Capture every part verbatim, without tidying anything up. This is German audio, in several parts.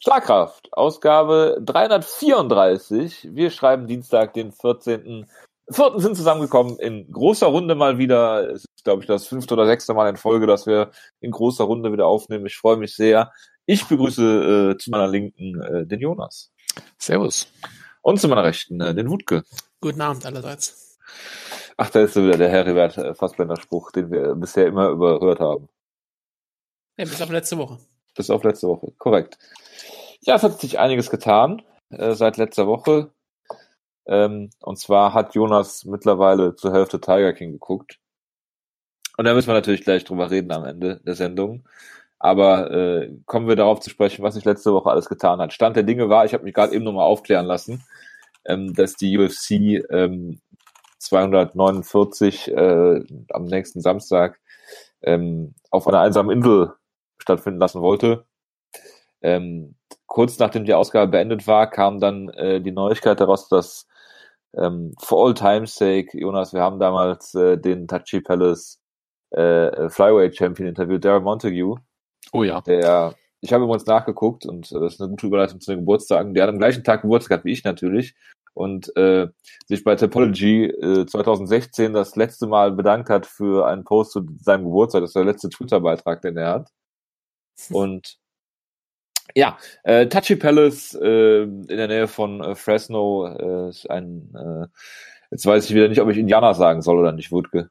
Schlagkraft, Ausgabe dreihundertvierunddreißig. Wir schreiben Dienstag, den vierzehnten Vierten sind zusammengekommen in großer Runde mal wieder. Es ist, glaube ich, das fünfte oder sechste Mal in Folge, dass wir in großer Runde wieder aufnehmen. Ich freue mich sehr. Ich begrüße äh, zu meiner Linken äh, den Jonas. Servus. Und zu meiner Rechten äh, den Wutke. Guten Abend allerseits. Ach, da ist so wieder der Heribert äh, Fassbender-Spruch, den wir bisher immer überhört haben. Ja, bis auf letzte Woche. Bis auf letzte Woche, korrekt. Ja, es hat sich einiges getan äh, seit letzter Woche. Ähm, und zwar hat Jonas mittlerweile zur Hälfte Tiger King geguckt. Und da müssen wir natürlich gleich drüber reden am Ende der Sendung. Aber äh, kommen wir darauf zu sprechen, was sich letzte Woche alles getan hat. Stand der Dinge war, ich habe mich gerade eben nochmal aufklären lassen, ähm, dass die U F C ähm, zweihundertneunundvierzig äh, am nächsten Samstag ähm, auf einer einsamen Insel stattfinden lassen wollte. Ähm, kurz nachdem die Ausgabe beendet war, kam dann äh, die Neuigkeit daraus, dass ähm, for all time's sake, Jonas, wir haben damals äh, den Tachi Palace äh, Flyweight Champion interviewt, Darren Montague. Oh ja. Der, ich habe übrigens nachgeguckt und äh, das ist eine gute Überleitung zu den Geburtstagen. Der hat am gleichen Tag Geburtstag wie ich natürlich und äh, sich bei Tapology äh, zweitausendsechzehn das letzte Mal bedankt hat für einen Post zu seinem Geburtstag. Das ist der letzte Twitter-Beitrag, den er hat. Und ja, äh, Tachi Palace äh, in der Nähe von äh, Fresno äh, ist ein, äh, jetzt weiß ich wieder nicht, ob ich Indianer sagen soll oder nicht, Wutke.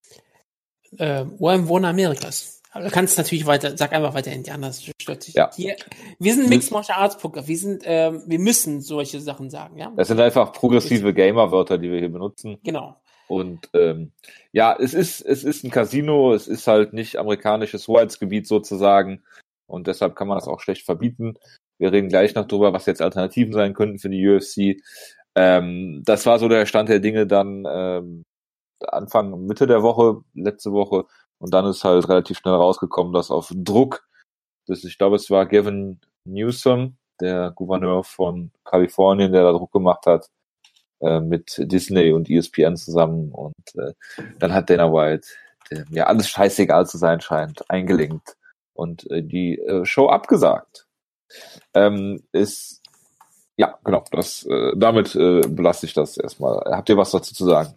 Äh, Ureinwohner Amerikas. Aber du kannst natürlich weiter, sag einfach weiter Indianer, das stört sich. Ja. Hier, wir sind Mixed Martial Arts Poker, wir sind, ähm, wir müssen solche Sachen sagen, ja? Das sind einfach progressive Gamer-Wörter, die wir hier benutzen. Genau. Und ähm, ja, es ist es ist ein Casino, es ist halt nicht amerikanisches Hoheitsgebiet sozusagen. Und deshalb kann man das auch schlecht verbieten. Wir reden gleich noch drüber, was jetzt Alternativen sein könnten für die U F C. Ähm, das war so der Stand der Dinge dann ähm, Anfang, Mitte der Woche, letzte Woche. Und dann ist halt relativ schnell rausgekommen, dass auf Druck, das, ich glaube, es war Gavin Newsom, der Gouverneur von Kalifornien, der da Druck gemacht hat, äh, mit Disney und E S P N zusammen. Und äh, dann hat Dana White, der mir alles scheißegal zu sein scheint, eingelenkt und äh, die äh, Show abgesagt. Ähm, ist, ja, genau, das, äh, damit äh, belasse ich das erstmal. Habt ihr was dazu zu sagen?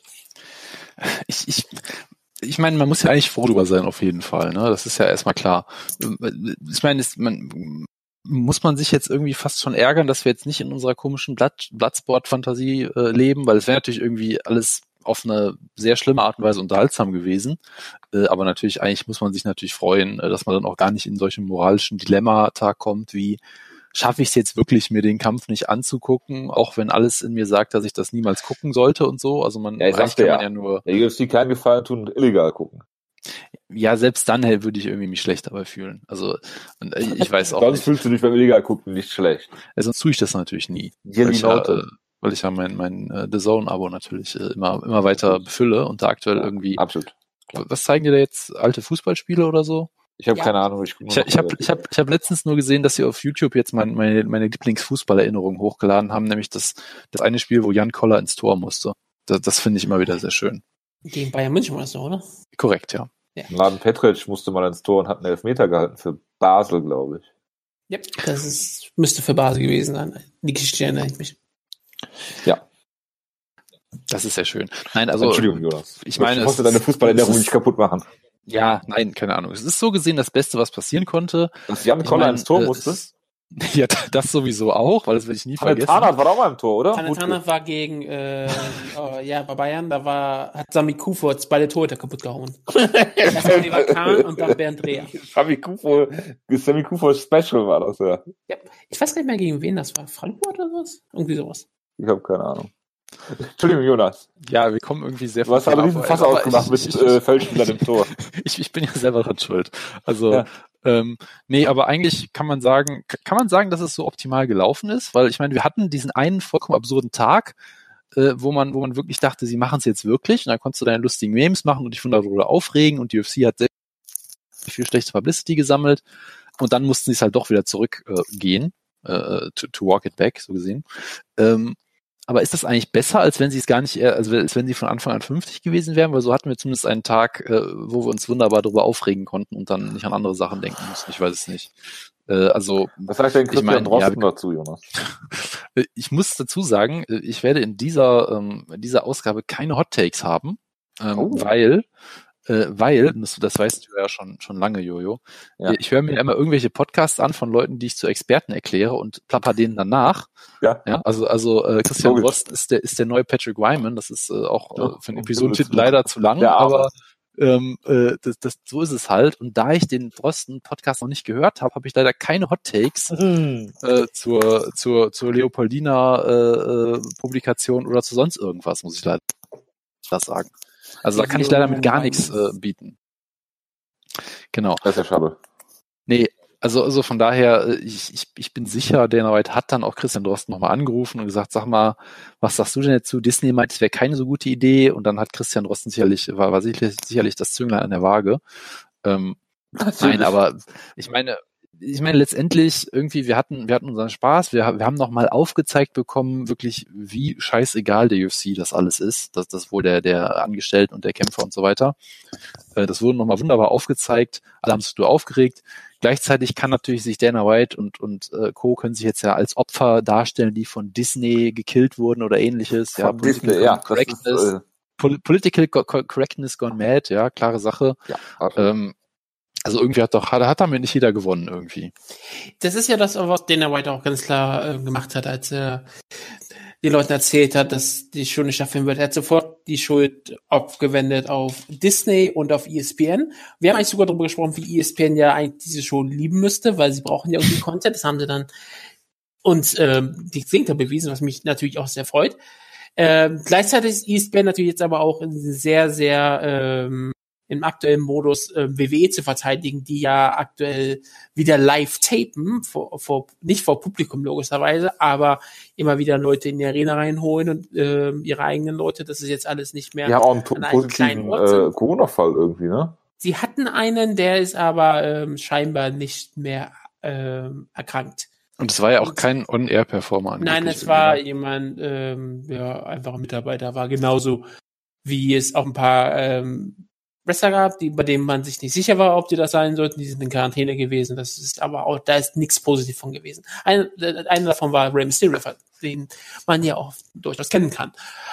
Ich, ich, ich meine, man muss ja eigentlich froh drüber sein, auf jeden Fall, ne? Das ist ja erstmal klar. Ich meine, ist, man, muss man sich jetzt irgendwie fast schon ärgern, dass wir jetzt nicht in unserer komischen Blatt, Bloodsport-Fantasie äh, leben, weil es wäre natürlich irgendwie alles auf eine sehr schlimme Art und Weise unterhaltsam gewesen. Äh, aber natürlich, eigentlich muss man sich natürlich freuen, äh, dass man dann auch gar nicht in solchen moralischen Dilemmata kommt, wie schaffe ich es jetzt wirklich, mir den Kampf nicht anzugucken, auch wenn alles in mir sagt, dass ich das niemals gucken sollte und so. Also man, ja, ich eigentlich sagte, kann man ja, ja nur... Der U F C keinen Gefallen tun und illegal gucken. Ja, selbst dann hey, würde ich irgendwie mich schlecht dabei fühlen. Also und ich, ich weiß auch Sonst nicht. fühlst du dich beim illegal gucken nicht schlecht. Ja, sonst tue ich das natürlich nie. Hier Weil die ich, ja, Note. äh, weil ich ja mein, mein äh, The Zone-Abo natürlich äh, immer, immer weiter befülle und da aktuell Ja, irgendwie... absolut. Was zeigen dir da jetzt? Alte Fußballspiele oder so? Ich habe Ja. keine Ahnung. Ich, Ich, ich habe ich hab, ich hab letztens nur gesehen, dass sie auf YouTube jetzt mein, meine, meine Lieblingsfußballerinnerungen hochgeladen haben, nämlich das, das eine Spiel, wo Jan Koller ins Tor musste. Das, das finde ich immer wieder sehr schön. Gegen Bayern München war das doch, oder? Korrekt, ja. Mladen Petric musste mal ins Tor und hat einen Elfmeter gehalten für Basel, glaube ich. Ja, das ist, müsste für Basel gewesen sein. Die Geschichte erinnert mich. Ja. Das ist sehr schön. Nein, also Entschuldigung, Jonas. Ich meine, ich musste es- deine Fußballerinnerung es ist- nicht kaputt machen. ja, nein, keine Ahnung. Es ist so gesehen das Beste, was passieren konnte. Dass Jan Ich Koller mein, ins Tor äh, musste? es- Ja, das sowieso auch, weil das werde ich nie Hanne vergessen. Tarnath war doch auch mal im Tor, oder? Tanatana war gegen, äh, oh, ja, bei Bayern, da war, hat Sami Kufurt beide Torhüter kaputt gehauen. Erst Oliver Kahn und dann Bernd Dreher. Sami Kufo, Sami Kufo Special war das, ja. Ja, ich weiß gar nicht mehr, gegen wen das war. Frankfurt oder was? Irgendwie sowas. Ich habe keine Ahnung. Entschuldigung, Jonas. Ja, wir kommen irgendwie sehr Du hast von einen ab, riesen Fass aber aufgemacht ich- mit ich- äh, Feldspielern im Tor. ich, ich bin ja selber dran schuld. Also, Ja. ähm, nee, aber eigentlich kann man sagen, k- kann man sagen, dass es so optimal gelaufen ist, weil ich meine, wir hatten diesen einen vollkommen absurden Tag, äh, wo man, wo man wirklich dachte, sie machen es jetzt wirklich, und dann konntest du deine lustigen Memes machen und dich von darüber aufregen und die U F C hat sehr viel schlechte Publicity gesammelt und dann mussten sie es halt doch wieder zurückgehen, äh, gehen, äh, to, to walk it back, so gesehen. Ähm, Aber ist das eigentlich besser, als wenn sie es gar nicht, eher, also als wenn sie von Anfang an fünfzig gewesen wären? Weil so hatten wir zumindest einen Tag, äh, wo wir uns wunderbar darüber aufregen konnten und dann nicht an andere Sachen denken mussten. Ich weiß es nicht. Äh, also, was sagt denn Christian ich mein, Drosten ja, dazu, Jonas? Ich muss dazu sagen, ich werde in dieser, ähm, in dieser Ausgabe keine Hot Takes haben, ähm, Oh. weil, äh, weil, das, das weißt du ja schon, schon lange, Jojo, Ja. ich höre mir immer irgendwelche Podcasts an von Leuten, die ich zu Experten erkläre und plapper denen danach. Ja. Ja, also, also, äh, Christian Logisch. Drosten ist der, ist der neue Patrick Wyman. Das ist äh, auch äh, Ja, für den um Episodentitel Himmels Willen. leider zu lang, Der Arme. aber ähm, äh, das, das, so ist es halt. Und da ich den Drosten-Podcast noch nicht gehört habe, habe ich leider keine Hot Takes Hm. äh, zur, zur, zur Leopoldina-Publikation äh, oder zu sonst irgendwas, muss ich leider sagen. Also da kann ich leider mit gar nichts äh, bieten. Genau. Das ist ja schade. Nee, also, also von daher, ich, ich, ich bin sicher, Dana White hat dann auch Christian Drosten nochmal angerufen und gesagt, sag mal, was sagst du denn jetzt zu? Disney meint, es wäre keine so gute Idee, und dann hat Christian Drosten sicherlich, war, war sicherlich, sicherlich das Zünglein an der Waage. Ähm, nein, aber ich meine, ich meine letztendlich irgendwie, wir hatten, wir hatten unseren Spaß, wir, wir haben nochmal aufgezeigt bekommen, wirklich, wie scheißegal der U F C das alles ist, das, das wohl der, der Angestellten und der Kämpfer und so weiter. Äh, das wurde nochmal wunderbar aufgezeigt, alle haben sich nur aufgeregt. Gleichzeitig kann natürlich sich Dana White und, und äh, Co. können sich jetzt ja als Opfer darstellen, die von Disney gekillt wurden oder ähnliches. Von ja, Disney, ja. Correctness, Das ist, äh, Pol- Political Co- Correctness gone mad, ja, klare Sache. ja, Ähm, also irgendwie hat doch, hat, hat damit nicht jeder gewonnen irgendwie. Das ist ja das, was Dana White auch ganz klar äh, gemacht hat, als er den Leuten erzählt hat, dass die Show nicht stattfinden wird. Er hat sofort die Schuld aufgewendet auf Disney und auf E S P N. Wir haben eigentlich sogar darüber gesprochen, wie E S P N ja eigentlich diese Show lieben müsste, weil sie brauchen ja irgendwie Content. Das haben sie dann uns ähm, die Gegenteil bewiesen, was mich natürlich auch sehr freut. Ähm, gleichzeitig ist E S P N natürlich jetzt aber auch sehr, sehr ähm, im aktuellen Modus äh, W W E zu verteidigen, die ja aktuell wieder live tapen, vor, vor, nicht vor Publikum logischerweise, aber immer wieder Leute in die Arena reinholen und äh, ihre eigenen Leute. Das ist jetzt alles nicht mehr. Die haben auch einen an einem positiven Ort sind. äh, Corona-Fall irgendwie, ne? Sie hatten einen, der ist aber ähm, scheinbar nicht mehr ähm, erkrankt. Und es war ja auch kein On-Air-Performer. Nein, es war jemand, ähm, ja, einfach ein Mitarbeiter, war genauso, wie es auch ein paar ähm, Wrestler gab, die, bei denen man sich nicht sicher war, ob die das sein sollten. Die sind in Quarantäne gewesen. Das ist aber auch, da ist nichts positiv von gewesen. Ein, einer davon war Rey Mysterio, den man ja auch durchaus kennen kann.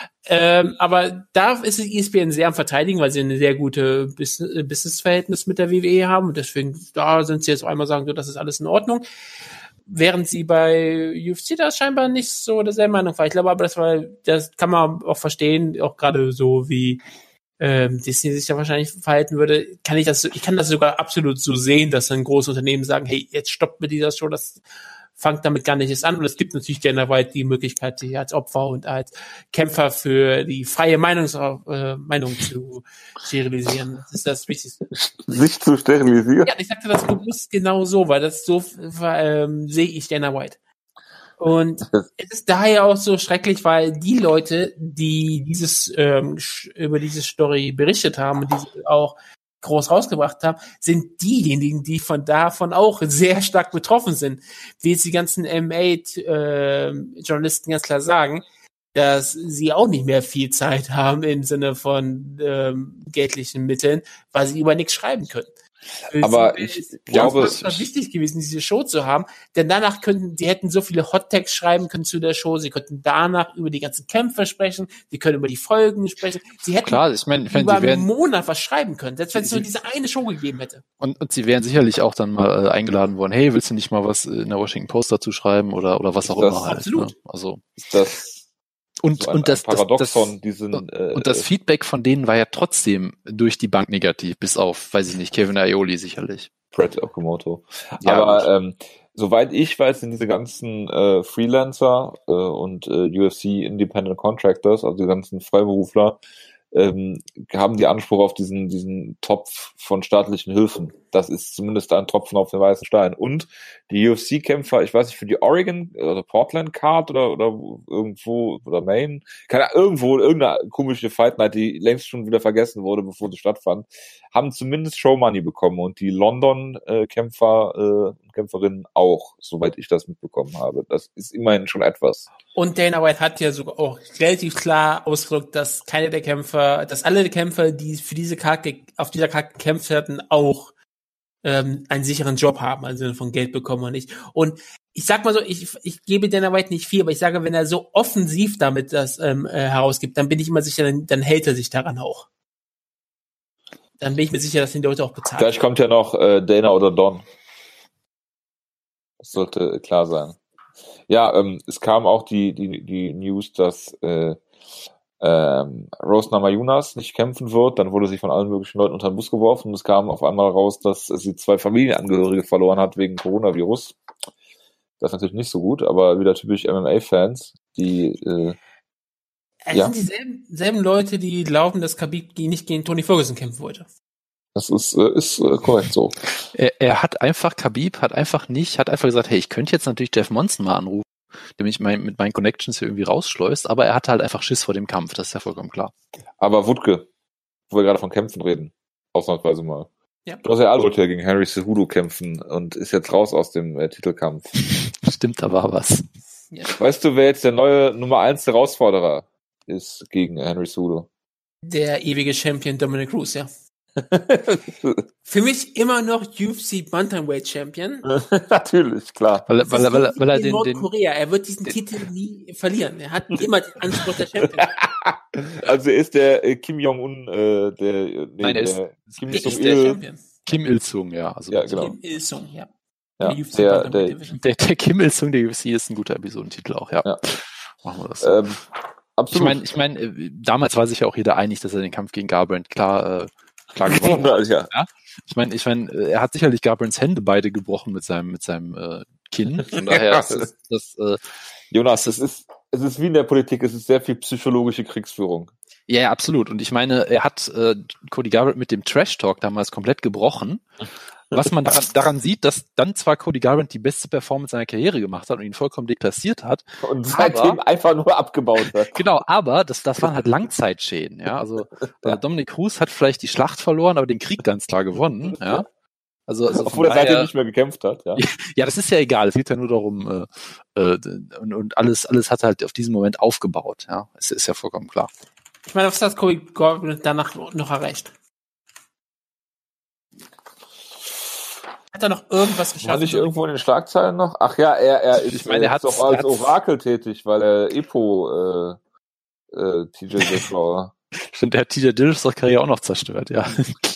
Ähm, aber da ist E S P N sehr am Verteidigen, weil sie eine sehr gute Business- Business-Verhältnis mit der W W E haben. Und deswegen, da sind sie jetzt einmal sagen, so, das ist alles in Ordnung. Während sie bei U F C da scheinbar nicht so derselben Meinung war. Ich glaube aber, das war, das kann man auch verstehen, auch gerade so wie ähm, Disney sich da wahrscheinlich verhalten würde, kann ich das, ich kann das sogar absolut so sehen, dass dann große Unternehmen sagen, hey, jetzt stoppt mit dieser Show, das fangt damit gar nicht erst an. Und es gibt natürlich Dana White die Möglichkeit, sich als Opfer und als Kämpfer für die freie Meinungs äh, Meinung zu sterilisieren. Das ist das Wichtigste. Sich zu sterilisieren? Ja, ich sagte das bewusst genau so, weil das so ähm, sehe ich Dana White. Und es ist daher auch so schrecklich, weil die Leute, die dieses ähm, über diese Story berichtet haben und diese auch groß rausgebracht haben, sind diejenigen, die von davon auch sehr stark betroffen sind. Wie jetzt die ganzen M acht-Journalisten ganz klar sagen, dass sie auch nicht mehr viel Zeit haben im Sinne von ähm, geldlichen Mitteln, weil sie über nichts schreiben können. Aber ich ist glaube, es ist wichtig gewesen, diese Show zu haben, denn danach könnten, die hätten so viele Hot-Tags schreiben können zu der Show, sie könnten danach über die ganzen Kämpfe sprechen, sie können über die Folgen sprechen, sie hätten Klar, ich meine, ich mein, über sie werden, einen Monat was schreiben können, selbst wenn es nur diese eine Show gegeben hätte. Und, und sie wären sicherlich auch dann mal äh, eingeladen worden, hey, willst du nicht mal was in der Washington Post dazu schreiben oder oder was auch Das immer halt. absolut. Ne? Also das und so ein, und das, ein Paradoxon, das, diesen, und, äh, und das Feedback von denen war ja trotzdem durch die Bank negativ, bis auf, weiß ich nicht, Kevin Aioli sicherlich. Brett Okamoto. Ja, aber ähm, soweit ich weiß, sind diese ganzen äh, Freelancer äh, und äh, U F C Independent Contractors, also die ganzen Freiberufler, ähm, haben die Anspruch auf diesen diesen Topf von staatlichen Hilfen. Das ist zumindest ein Tropfen auf den weißen Stein. Und die U F C-Kämpfer, ich weiß nicht, für die Oregon oder Portland Card oder oder irgendwo oder Maine, keine Ahnung, irgendwo irgendeine komische Fight Night, die längst schon wieder vergessen wurde, bevor sie stattfand, haben zumindest Showmoney bekommen und die London-Kämpfer äh, und Kämpferinnen auch, soweit ich das mitbekommen habe. Das ist immerhin schon etwas. Und Dana White hat ja sogar auch relativ klar ausgedrückt, dass keine der Kämpfer, dass alle Kämpfer, die für diese Karte, auf dieser Karte gekämpft hatten, auch ähm, einen sicheren Job haben, also von Geld bekommen oder nicht. Und ich sag mal so, ich, ich gebe Dana White nicht viel, aber ich sage, wenn er so offensiv damit das ähm, äh, herausgibt, dann bin ich immer sicher, dann, dann hält er sich daran auch. Dann bin ich mir sicher, dass die Leute auch bezahlen. Gleich kommt ja noch äh, Dana oder Don. Das sollte klar sein. Ja, ähm, es kam auch die, die, die News, dass äh, ähm, Rose Namajunas nicht kämpfen wird. Dann wurde sie von allen möglichen Leuten unter den Bus geworfen und es kam auf einmal raus, dass sie zwei Familienangehörige verloren hat wegen Coronavirus. Das ist natürlich nicht so gut, aber wieder typisch M M A-Fans, die äh, Es ja. sind dieselben selben Leute, die glauben, dass Khabib nicht gegen Tony Ferguson kämpfen wollte. Das ist, äh, ist äh, korrekt so. Er, er hat einfach, Khabib hat einfach nicht, hat einfach gesagt, hey, ich könnte jetzt natürlich Jeff Monson mal anrufen, der mich mein, mit meinen Connections hier irgendwie rausschleust, aber er hatte halt einfach Schiss vor dem Kampf, das ist ja vollkommen klar. Aber Wutke, wo wir gerade von Kämpfen reden, ausnahmsweise mal. Ja. Du hast ja alle Leute gegen Henry Cejudo kämpfen und ist jetzt raus aus dem äh, Titelkampf. Stimmt, da war was. Ja. Weißt du, wer jetzt der neue Nummer eins Herausforderer ist gegen Henry Cejudo? Der ewige Champion Dominic Cruz, ja. Für mich immer noch U F C Bantamweight Champion. Natürlich, klar. Weil, weil, weil, weil er in den, den Nordkorea. Er wird diesen Titel nie verlieren. Er hat immer den Anspruch der Champion. Also er ist der äh, Kim Jong-un, äh, der, nee, Nein, er ist- der Kim Er ist der Jong-il. Champion. Kim Il-sung, ja. Also Ja, genau. Kim Il-sung, ja. Ja, Der U F C der, Bantamweight der, Division. der, der Kim Il-sung der U F C ist ein guter Episodentitel auch, ja. Ja. Machen wir das so. ähm, Ich absolut. meine, ich meine, äh, damals war sich ja auch jeder einig, dass er den Kampf gegen Garbrandt klar, äh, klar gewonnen hat. ja. Ich meine, ich meine, äh, er hat sicherlich Garbrandts Hände beide gebrochen mit seinem, mit seinem äh, Kinn. Von daher ist das, das äh, Jonas, es ist, es ist wie in der Politik, es ist sehr viel psychologische Kriegsführung. ja, ja, absolut. Und ich meine, er hat äh, Cody Garbrandt mit dem Trash Talk damals komplett gebrochen. Was man daran, daran sieht, dass dann zwar Cody Garbrandt die beste Performance seiner Karriere gemacht hat und ihn vollkommen deklassiert hat. Und seitdem Aber- einfach nur abgebaut hat. Genau, aber das, das waren halt Langzeitschäden, ja. Also äh, Dominic Cruz hat vielleicht die Schlacht verloren, aber den Krieg ganz klar gewonnen, ja. Also, also von Obwohl er seitdem daher- nicht mehr gekämpft hat. Ja. Ja, das ist ja egal. Es geht ja nur darum, äh, äh, und, und alles, alles hat halt auf diesen Moment aufgebaut. Ja, es ist ja vollkommen klar. Ich meine, was hat Cody Garbrandt danach noch erreicht? Hat er noch irgendwas War geschafft? nicht irgendwo in den Schlagzeilen noch? Ach ja, er, er ist Ich meine, er jetzt hat's- doch als er hat's- Orakel tätig, weil er Epo äh, äh, T J Dillashaw. Stimmt, der hat T J Dillashaw Karriere auch noch zerstört, ja.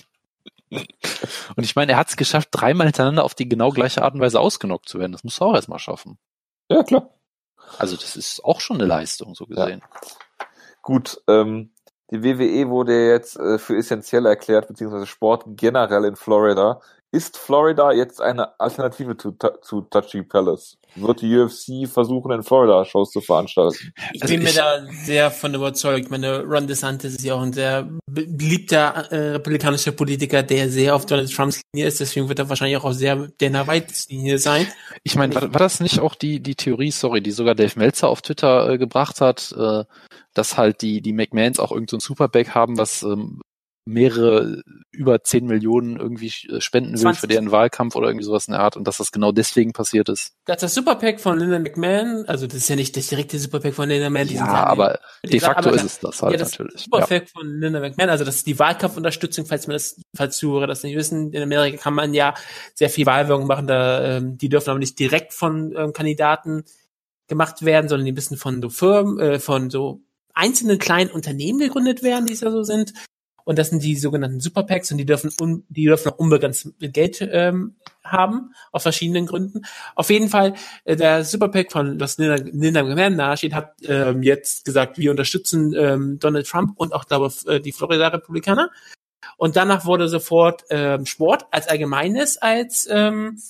Und ich meine, er hat es geschafft, dreimal hintereinander auf die genau gleiche Art und Weise ausgenockt zu werden. Das musst du auch erstmal schaffen. Ja, klar. Also das ist auch schon eine Leistung, so gesehen. Gut, ähm, die W W E wurde jetzt äh, für essentiell erklärt, beziehungsweise Sport generell in Florida. Ist Florida jetzt eine Alternative zu, zu Touchy Palace? Wird die U F C versuchen, in Florida Shows zu veranstalten? Ich Also bin mir ich- da sehr von überzeugt. Ich meine, Ron DeSantis ist ja auch ein sehr be- beliebter äh, republikanischer Politiker, der sehr auf Donald Trumps Linie ist. Deswegen wird er wahrscheinlich auch auf sehr Dana Whites Linie sein. Ich meine, war, war das nicht auch die die Theorie, sorry, die sogar Dave Meltzer auf Twitter äh, gebracht hat, äh, dass halt die die McMahons auch irgend so ein Superback haben, was ähm, mehrere, über zehn Millionen irgendwie äh, spenden will zwanzig für deren Wahlkampf oder irgendwie sowas in der Art und dass das genau deswegen passiert ist. Das das Superpack von Linda McMahon, also das ist ja nicht das direkte Superpack von Linda McMahon. die sind Ja, aber die de sagen- facto aber ist es das halt ja, das natürlich. Ja. Superpack von Linda McMahon, also das ist die Wahlkampfunterstützung, falls man das, falls Zuhörer das nicht wissen. In Amerika kann man ja sehr viel Wahlwerbung machen, da, ähm, die dürfen aber nicht direkt von ähm, Kandidaten gemacht werden, sondern die müssen von so Firmen, äh, von so einzelnen kleinen Unternehmen gegründet werden, die es ja so sind. Und das sind die sogenannten Superpacks und die dürfen un, die dürfen auch unbegrenzt Geld ähm, haben, aus verschiedenen Gründen. Auf jeden Fall, äh, der Superpack von das Linda, Linda McMahon nahesteht, hat ähm, jetzt gesagt, wir unterstützen ähm, Donald Trump und auch, glaube ich, äh, die Florida-Republikaner. Und danach wurde sofort ähm, Sport als Allgemeines, als ähm,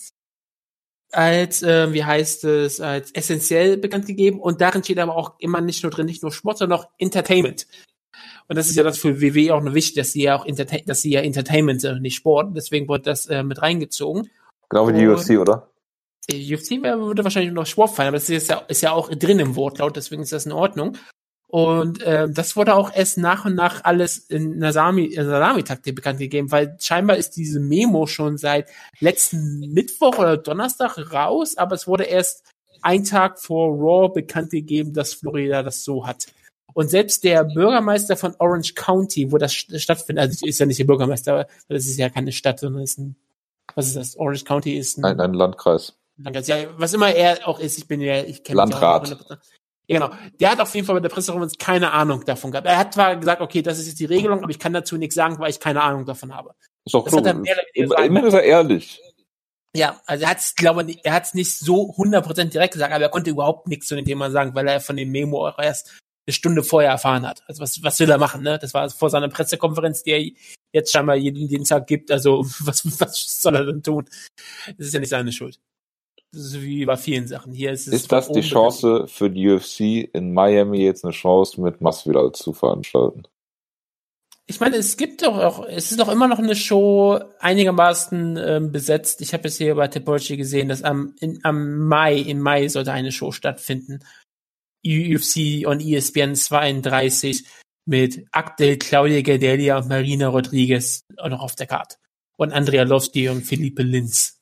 als, äh, wie heißt es, als essentiell bekannt gegeben. Und darin steht aber auch immer nicht nur drin, nicht nur Sport, sondern auch Entertainment. Und das ist ja das für W W E auch noch wichtig, dass sie ja auch Entertain, dass sie ja Entertainment sind, nicht Sport. Deswegen wurde das äh, mit reingezogen. Genau wie die Und- U F C, oder? Die U F C wär- würde wahrscheinlich noch Sport fallen, aber das ist ja, ist ja auch drin im Wortlaut, deswegen ist das in Ordnung. Und äh, das wurde auch erst nach und nach alles in einer Salami, in einer Salami-Taktik bekannt gegeben, weil scheinbar ist diese Memo schon seit letzten Mittwoch oder Donnerstag raus, aber es wurde erst einen Tag vor Raw bekannt gegeben, dass Florida das so hat. Und selbst der Bürgermeister von Orange County, wo das st- stattfindet, also ist ja nicht der Bürgermeister, weil das ist ja keine Stadt, sondern ist ein was ist das? Orange County ist ein, ein, ein Landkreis. Landkreis. Ja, was immer er auch ist, ich bin ja, ich kenne Landrat. Ja, genau. Der hat auf jeden Fall bei der Pressekonferenz keine Ahnung davon gehabt. Er hat zwar gesagt, okay, das ist jetzt die Regelung, aber ich kann dazu nichts sagen, weil ich keine Ahnung davon habe. Ist doch das hat er so. mehr oder weniger Immer, immer ist er ehrlich. Ja, also er hat es, glaube ich, er hat es nicht so hundert Prozent direkt gesagt, aber er konnte überhaupt nichts zu dem Thema sagen, weil er von dem Memo auch erst eine Stunde vorher erfahren hat. Also was, was will er machen, ne? Das war vor seiner Pressekonferenz, die er jetzt scheinbar jeden Dienstag gibt. Also was, was soll er denn tun? Das ist ja nicht seine Schuld. Das ist wie bei vielen Sachen. Hier ist es Ist das die Chance für die U F C in Miami jetzt eine Chance mit Masvidal zu veranstalten? Ich meine, es gibt doch auch, es ist doch immer noch eine Show einigermaßen ähm, besetzt. Ich habe es hier bei Tipology gesehen, dass am, in, am Mai, im Mai sollte eine Show stattfinden. U F C on E S P N zweiunddreißig mit Abdel, Claudia Gadelha und Marina Rodriguez auch noch auf der Karte. Und Andrea Lovski und Felipe Lins.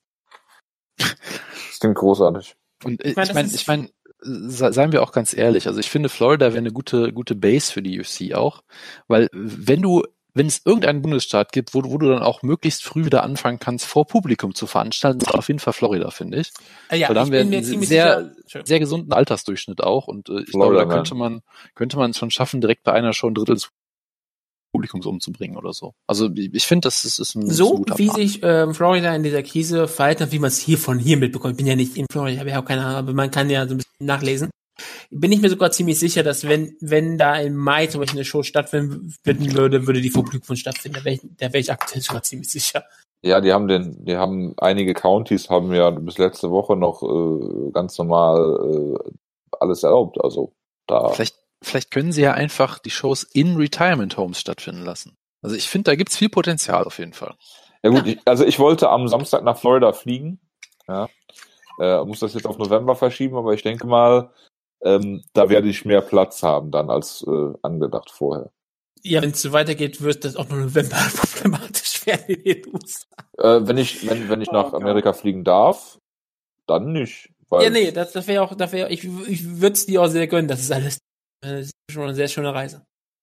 Das klingt großartig. Und ich meine, ich meine, ich mein, seien wir auch ganz ehrlich, also ich finde, Florida wäre eine gute, gute Base für die U F C auch, weil wenn du, wenn es irgendeinen Bundesstaat gibt, wo, wo du dann auch möglichst früh wieder anfangen kannst, vor Publikum zu veranstalten, ist auf jeden Fall Florida, finde ich. Ja, weil da haben wir einen sehr, sicher. sehr gesunden Altersdurchschnitt auch und äh, ich Florida, glaube, da könnte man, könnte man es schon schaffen, direkt bei einer Show ein Drittel des Publikums umzubringen oder so. Also ich finde, das ist, ist ein so, guter wie Plan. sich äh, Florida in dieser Krise verhalten hat, wie man es hier von hier mitbekommt. Ich bin ja nicht in Florida, ich habe ja auch keine Ahnung, aber man kann ja so ein bisschen nachlesen. Bin ich mir sogar ziemlich sicher, dass wenn wenn da im Mai zum Beispiel eine Show stattfinden würde, würde die vor Publikum stattfinden. Da wäre ich, da wäre ich aktuell sogar ziemlich sicher. Ja, die haben den, die haben einige Countys haben ja bis letzte Woche noch äh, ganz normal äh, alles erlaubt. Also da. Vielleicht Vielleicht können sie ja einfach die Shows in Retirement Homes stattfinden lassen. Also ich finde, da gibt's viel Potenzial auf jeden Fall. Ja gut, ich, also ich wollte am Samstag nach Florida fliegen. Ja, äh, muss das jetzt auf November verschieben, aber ich denke mal, ähm, da werde ich mehr Platz haben dann als äh, angedacht vorher. Ja, wenn es so weitergeht, wird das auch noch November problematisch werden in den U S A. Äh, wenn ich wenn wenn ich nach Oh, Amerika fliegen darf, dann nicht. Weil ja, nee, das, das wäre auch, das wäre, ich, ich würde es dir auch sehr gönnen, das ist alles. Das ist schon eine sehr schöne Reise.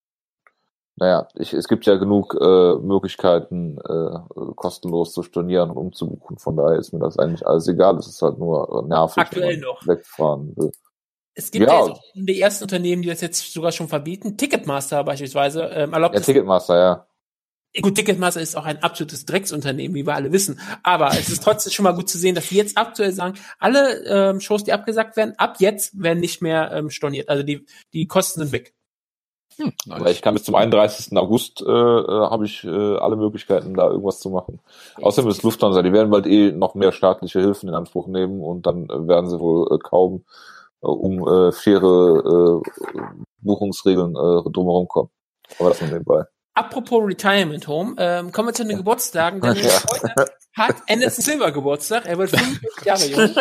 Naja, ich, es gibt ja genug äh, Möglichkeiten, äh, kostenlos zu stornieren und umzubuchen. Von daher ist mir das eigentlich alles egal. Es ist halt nur nervig, Aktuell wenn man noch. wegfahren will. Es gibt Ja. ja jetzt die ersten Unternehmen, die das jetzt sogar schon verbieten. Ticketmaster beispielsweise ähm, erlaubt Ja, es. Ticketmaster, ja. Gut, Ticketmaster ist auch ein absolutes Drecksunternehmen, wie wir alle wissen. Aber es ist trotzdem schon mal gut zu sehen, dass die jetzt aktuell sagen, alle ähm, Shows, die abgesagt werden, ab jetzt werden nicht mehr ähm, storniert. Also die die Kosten sind weg. Hm, Weil ich kann bis zum einunddreißigsten August äh, äh, habe ich äh, alle Möglichkeiten, da irgendwas zu machen. Außerdem ist Lufthansa, die werden bald eh noch mehr staatliche Hilfen in Anspruch nehmen und dann äh, werden sie wohl äh, kaum äh, um äh, faire äh, Buchungsregeln äh, drumherum kommen. Aber das nur nebenbei. Apropos Retirement Home, ähm, kommen wir zu den Geburtstagen. Denn Ja. heute hat Anderson Silva Geburtstag. Er wird fünfundvierzig Jahre jung.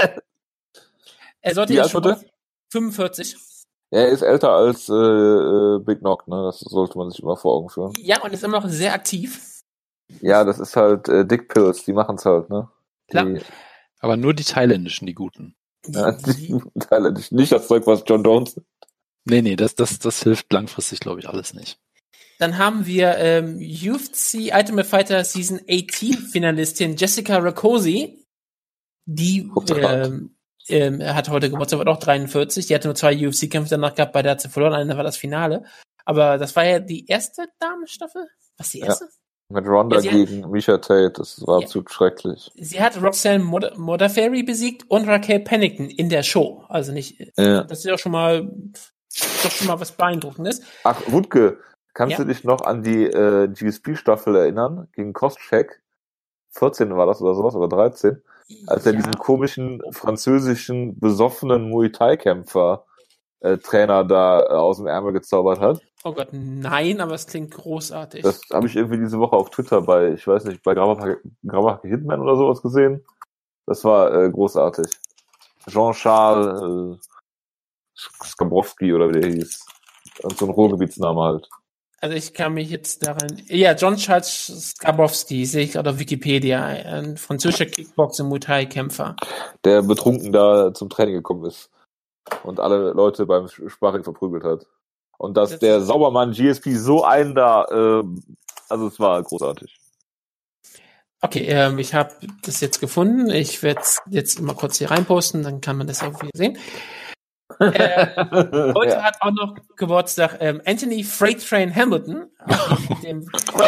Er sollte Wie jetzt alt schon wird er? fünfundvierzig. Er ist älter als äh, äh, Big Knock, ne? Das sollte man sich immer vor Augen führen. Ja, und ist immer noch sehr aktiv. Ja, das ist halt äh, Dick Pills, die machen's halt, ne? Die, Klar. Aber nur die thailändischen, die guten. ja, die, die, nicht das Zeug, was John Jones. Nee, nee, das, das, das hilft langfristig, glaube ich, alles nicht. Dann haben wir ähm, U F C Ultimate Fighter Season achtzehn Finalistin Jessica Rakosi. Die ähm, ähm, hat heute Geburtstag, wird auch dreiundvierzig. Die hatte nur zwei U F C-Kämpfe danach gehabt, beide hat sie verloren, einer war das Finale. Aber das war ja die erste Damenstaffel. Was, die erste? Ja. Mit Ronda Ja, gegen Misha Tate, das war Ja. absolut schrecklich. Sie hat Roxanne Mod- Modafferi besiegt und Raquel Pennington in der Show. Also nicht, Ja. das ist ja schon mal, doch schon mal was Beeindruckendes. Ach, Wutke, kannst Ja. du dich noch an die äh, G S P-Staffel erinnern? Gegen Koscheck? vierzehn war das oder sowas, oder dreizehn? Als er Ja. diesen komischen, französischen, besoffenen Muay Thai-Kämpfer äh, Trainer da äh, aus dem Ärmel gezaubert hat. Oh Gott, nein, aber es klingt großartig. Das habe ich irgendwie diese Woche auf Twitter bei, ich weiß nicht, bei Grabach Hitman oder sowas gesehen. Das war äh, großartig. Jean-Charles äh, Skabrowski oder wie der hieß. Und so ein Ruhrgebietsname halt. Also ich kann mich jetzt daran... Ja, John Charles Skarbowski, sehe ich gerade auf Wikipedia, ein französischer Kickboxer, Muay Thai-Kämpfer. Der betrunken da zum Training gekommen ist. Und alle Leute beim Sparring verprügelt hat. Und dass Das- der Saubermann G S P so einen da, äh, also es war großartig. Okay, ähm, ich habe das jetzt gefunden. Ich werde es jetzt mal kurz hier reinposten, dann kann man das auch wieder sehen. Äh, heute ja. hat auch noch Geburtstag ähm, Anthony Freight Train Hamilton. Dem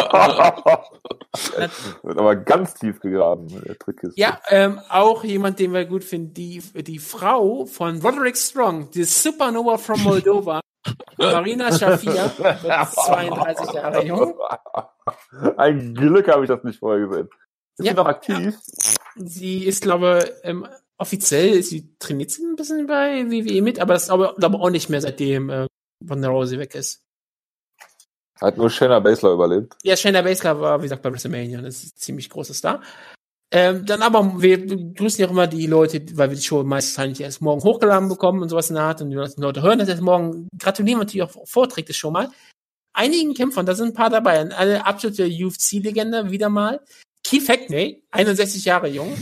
wird aber ganz tief gegraben. Der Trick ist ja, ähm, auch jemand, den wir gut finden. Die, die Frau von Roderick Strong, die Supernova from Moldova, Marina Shafir, wird zweiunddreißig Jahre jung. Ein Glück habe ich das nicht vorher gesehen. Ist ja, sie noch aktiv? Ja. Sie ist, glaube ich, ähm, offiziell, sie trainiert sie ein bisschen bei W W E mit, aber das ist aber, glaube ich, auch nicht mehr, seitdem äh, Ronda Rousey weg ist. Hat nur Shayna Baszler überlebt. Ja, Shayna Baszler war, wie gesagt, bei WrestleMania. Das ist ein ziemlich großer Star. Ähm, dann aber, wir grüßen ja auch immer die Leute, weil wir die Show meistens eigentlich erst morgen hochgeladen bekommen und sowas in der Art und die Leute hören das erst morgen. Gratulieren wir natürlich auch vorträgt es schon mal. Einigen Kämpfern, da sind ein paar dabei, eine absolute U F C-Legende, wieder mal. Keith Hackney, einundsechzig Jahre jung.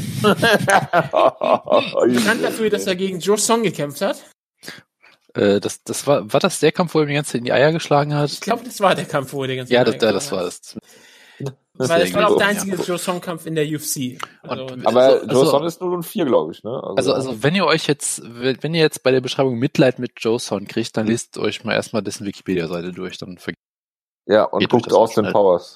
Bekannt dafür, dass er gegen Joe Song gekämpft hat. Äh, das, das war, war das der Kampf, wo er mir die ganze Zeit in die Eier geschlagen hat? Ich glaube, das war der Kampf, wo er die ganze Ja, Zeit das, ja, das war das. Das Weil das war auch der einzige ja. Joe Song-Kampf in der U F C. Also, und, aber also, Joe Son ist nur ein vier, glaube ich, ne? Also, also, also, wenn ihr euch jetzt, wenn ihr jetzt bei der Beschreibung Mitleid mit Joe Son kriegt, dann lest euch mal erstmal dessen Wikipedia-Seite durch, dann vergeht ja, und guckt Austin Powers.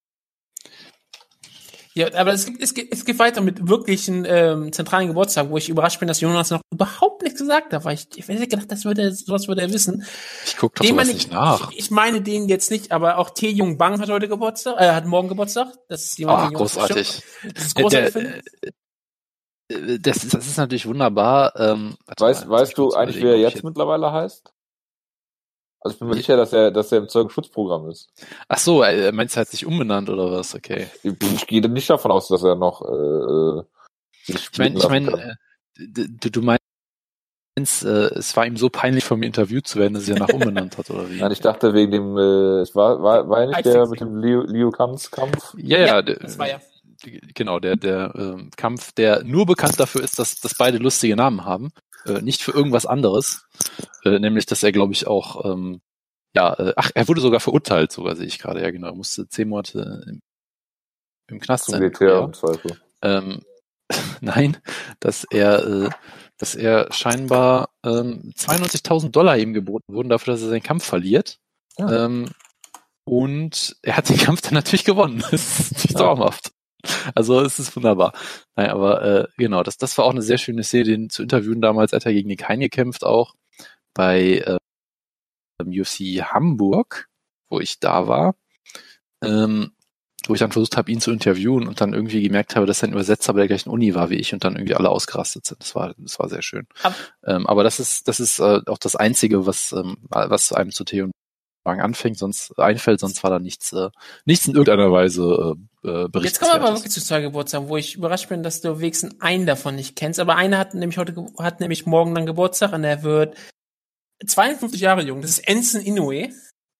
Ja, aber es, es, es geht weiter mit wirklichen ähm, zentralen Geburtstagen, wo ich überrascht bin, dass Jonas noch überhaupt nichts gesagt hat, weil ich, ich hätte gedacht, das würde, sowas würde er wissen. Ich gucke doch sowas nicht nach. Ich, ich meine den jetzt nicht, aber auch Tae Jung Bang hat heute Geburtstag, äh, hat morgen Geburtstag. Das ist jemand, oh, großartig. Das ist großartig. Der, das, ist, das ist natürlich wunderbar. Ähm, weißt mal, weißt du eigentlich, wer er jetzt mittlerweile heißt? Also ich bin mir sicher, dass er, dass er im Zeugenschutzprogramm ist. Ach so, er meinst, er hat sich umbenannt oder was? Okay. Ich, ich gehe nicht davon aus, dass er noch. Äh, ich meine, ich mein, äh, du, du meinst, äh, es war ihm so peinlich, von mir interviewt zu werden, dass er nach umbenannt hat oder wie? Nein, ich dachte wegen dem. Äh, es war, war, war ja nicht der mit dem Leo, Leo Kampf Kampf? Ja, ja, ja der, das war ja. Genau, der der äh, Kampf, der nur bekannt dafür ist, dass, dass beide lustige Namen haben. Äh, nicht für irgendwas anderes. Äh, nämlich, dass er, glaube ich, auch, ähm, ja, äh, ach, er wurde sogar verurteilt, sogar sehe ich gerade, ja genau, er musste zehn Monate im, im Knast sein. Militär im Zweifel. Ähm, nein, dass er, äh, dass er scheinbar ähm, zweiundneunzigtausend Dollar ihm geboten wurden dafür, dass er seinen Kampf verliert. Ja. Ähm, und er hat den Kampf dann natürlich gewonnen. Das ist nicht traumhaft. Also es ist wunderbar. Nein, aber äh, genau, das, das war auch eine sehr schöne Szene, den zu interviewen damals. Er hat er gegen Nick Hein gekämpft auch bei äh, U F C Hamburg, wo ich da war, ähm, wo ich dann versucht habe, ihn zu interviewen und dann irgendwie gemerkt habe, dass er ein Übersetzer bei der gleichen Uni war wie ich und dann irgendwie alle ausgerastet sind. Das war, das war sehr schön. Aber, ähm, aber das ist, das ist äh, auch das Einzige, was, ähm, was einem zu Theo anfängt, sonst einfällt, sonst war da nichts, äh, nichts in irgendeiner Weise äh, berichtet. Jetzt kommen wir aber wirklich zu zwei Geburtstagen, wo ich überrascht bin, dass du wenigstens einen davon nicht kennst. Aber einer hat nämlich heute, hat nämlich morgen dann Geburtstag und er wird zweiundfünfzig Jahre jung. Das ist Enson Inoue.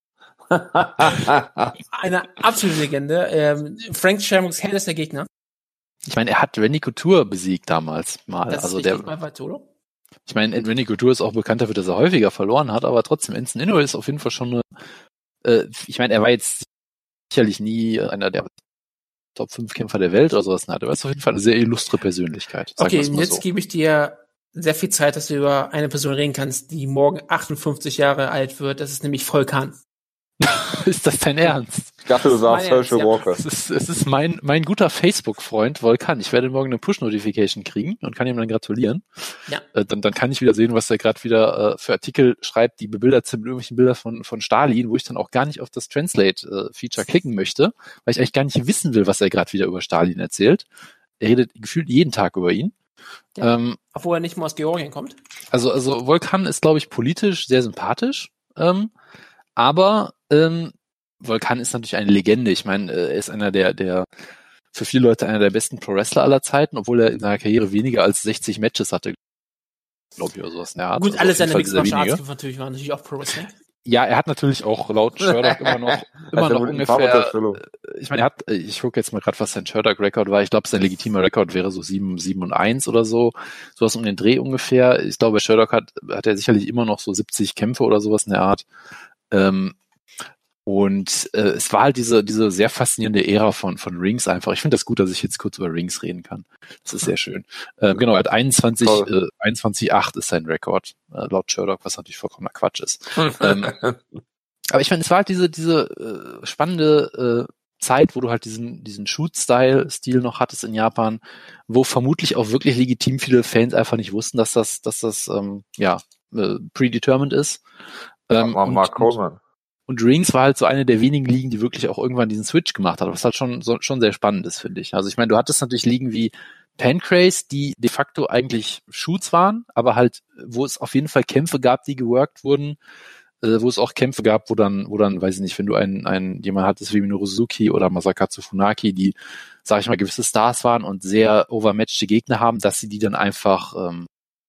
Eine absolute Legende. Ähm, Frank Shamrocks Hell ist der Gegner. Ich meine, er hat Randy Couture besiegt damals mal. Das also ist der. Bei Vatolo. Ich meine, Randy Couture ist auch bekannt dafür, dass er häufiger verloren hat, aber trotzdem, Enson Inoue ist auf jeden Fall schon eine, äh, ich meine, er war jetzt sicherlich nie einer der Top fünf Kämpfer der Welt oder sowas, aber er ist auf jeden Fall eine sehr illustre Persönlichkeit. Okay, jetzt so. Gebe ich dir sehr viel Zeit, dass du über eine Person reden kannst, die morgen achtundfünfzig Jahre alt wird. Das ist nämlich Volkan. Ist das dein Ernst? Ich dachte, du sagst Herschel Walker. Es ist, es ist mein, mein guter Facebook-Freund Volkan. Ich werde morgen eine Push-Notification kriegen und kann ihm dann gratulieren. Ja. Äh, dann, dann kann ich wieder sehen, was er gerade wieder äh, für Artikel schreibt, die bebildert sind mit irgendwelchen Bildern von, von Stalin, wo ich dann auch gar nicht auf das Translate-Feature klicken möchte, weil ich eigentlich gar nicht wissen will, was er gerade wieder über Stalin erzählt. Er redet gefühlt jeden Tag über ihn. Ja. Ähm, Obwohl er nicht mal aus Georgien kommt. Also, also Volkan ist, glaube ich, politisch sehr sympathisch. Ähm, aber ähm, Volkan ist natürlich eine Legende. Ich meine, er ist einer der, der für viele Leute einer der besten Pro-Wrestler aller Zeiten, obwohl er in seiner Karriere weniger als sechzig Matches hatte, glaube ich, oder sowas. Ja, gut, also alle seine Mixed Martial Arts natürlich waren natürlich auch Pro-Wrestling. Ja, er hat natürlich auch laut Sherlock immer noch, immer noch ungefähr, ich meine, er hat, ich gucke jetzt mal gerade, was sein Sherlock-Rekord war. Ich glaube, sein legitimer Rekord wäre so sieben, sieben und eins oder so. Sowas um den Dreh ungefähr. Ich glaube, bei Sherlock hat, hat er sicherlich immer noch so siebzig Kämpfe oder sowas in der Art. Ähm, Und äh, es war halt diese diese sehr faszinierende Ära von von Rings einfach. Ich finde das gut, dass ich jetzt kurz über Rings reden kann. Das ist sehr schön. Äh, genau, er hat einundzwanzig, äh, einundzwanzig Komma acht ist sein Rekord, äh, laut Sherlock, was natürlich vollkommener Quatsch ist. ähm, aber ich meine, es war halt diese diese äh, spannende äh, Zeit, wo du halt diesen diesen Shoot-Style-Stil noch hattest in Japan, wo vermutlich auch wirklich legitim viele Fans einfach nicht wussten, dass das dass das ähm, ja äh, predetermined ist. Ähm, Mark, Mark Coleman. Und Rings war halt so eine der wenigen Ligen, die wirklich auch irgendwann diesen Switch gemacht hat, was halt schon so, schon sehr spannend ist, finde ich. Also ich meine, du hattest natürlich Ligen wie Pancrase, die de facto eigentlich Shoots waren, aber halt, wo es auf jeden Fall Kämpfe gab, die geworkt wurden, äh, wo es auch Kämpfe gab, wo dann, wo dann, weiß ich nicht, wenn du einen, einen jemand hattest wie Minoru Suzuki oder Masakatsu Funaki, die, sag ich mal, gewisse Stars waren und sehr overmatchte Gegner haben, dass sie die dann einfach, ähm,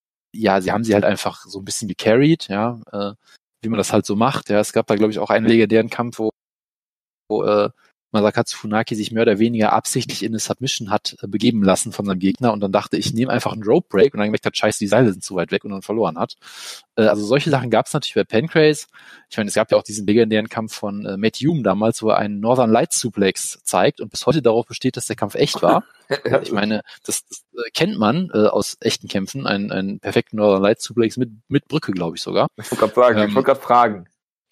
ja, sie haben sie halt einfach so ein bisschen gecarried, ja, äh, wie man das halt so macht. Ja, es gab da, glaube ich, auch einen legendären Kampf, wo, wo äh, Masakatsu Funaki sich mehr oder weniger absichtlich in eine Submission hat äh, begeben lassen von seinem Gegner und dann dachte, ich nehme einfach einen Rope Break und dann gemerkt hat, scheiße, die Seile sind zu weit weg und dann verloren hat. Äh, also solche Sachen gab es natürlich bei Pancrase. Ich meine, es gab ja auch diesen legendären Kampf von äh, Matt Hume damals, wo er einen Northern Lights Suplex zeigt und bis heute darauf besteht, dass der Kampf echt war. Ich meine, das, das äh, kennt man äh, aus echten Kämpfen, einen, einen perfekten Northern Lights Suplex mit, mit Brücke, glaube ich sogar. Ich wollte gerade sagen, ähm, ich wollte gerade fragen.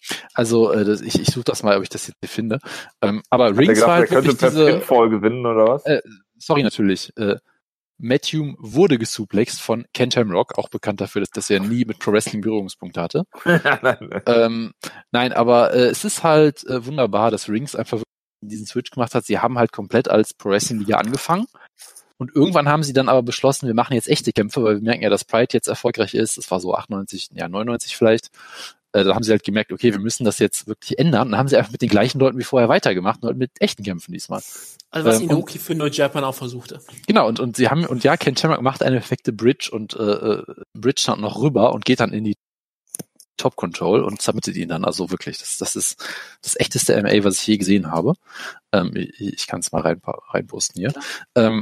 Also äh, das, ich, ich suche das mal, ob ich das jetzt finde. Ähm, aber Rings gedacht, war halt der könnte per diese, Pinfall gewinnen oder was? Äh, sorry natürlich. Äh, Matt Hume wurde gesuplext von Ken Shamrock, auch bekannt dafür, dass, dass er nie mit Pro Wrestling Berührungspunkte hatte. nein, ähm, nein, aber äh, es ist halt äh, wunderbar, dass Rings einfach diesen Switch gemacht hat. Sie haben halt komplett als Pro Wrestling Liga angefangen. Und irgendwann haben sie dann aber beschlossen, wir machen jetzt echte Kämpfe, weil wir merken ja, dass Pride jetzt erfolgreich ist. Es war so achtundneunzig, ja neunundneunzig vielleicht. Äh, da haben sie halt gemerkt, okay, wir müssen das jetzt wirklich ändern. Und dann haben sie einfach mit den gleichen Leuten wie vorher weitergemacht, nur mit echten Kämpfen diesmal. Also was ähm, Inoki für New Japan auch versuchte. Genau, und, und sie haben, und ja, Ken Shamrock macht eine perfekte Bridge und äh, Bridge dann noch rüber und geht dann in die Top Control und submittet ihn dann. Also wirklich, das, das ist das echteste M M A, was ich je gesehen habe. Ähm, ich ich kann es mal rein, reinposten hier. Ähm,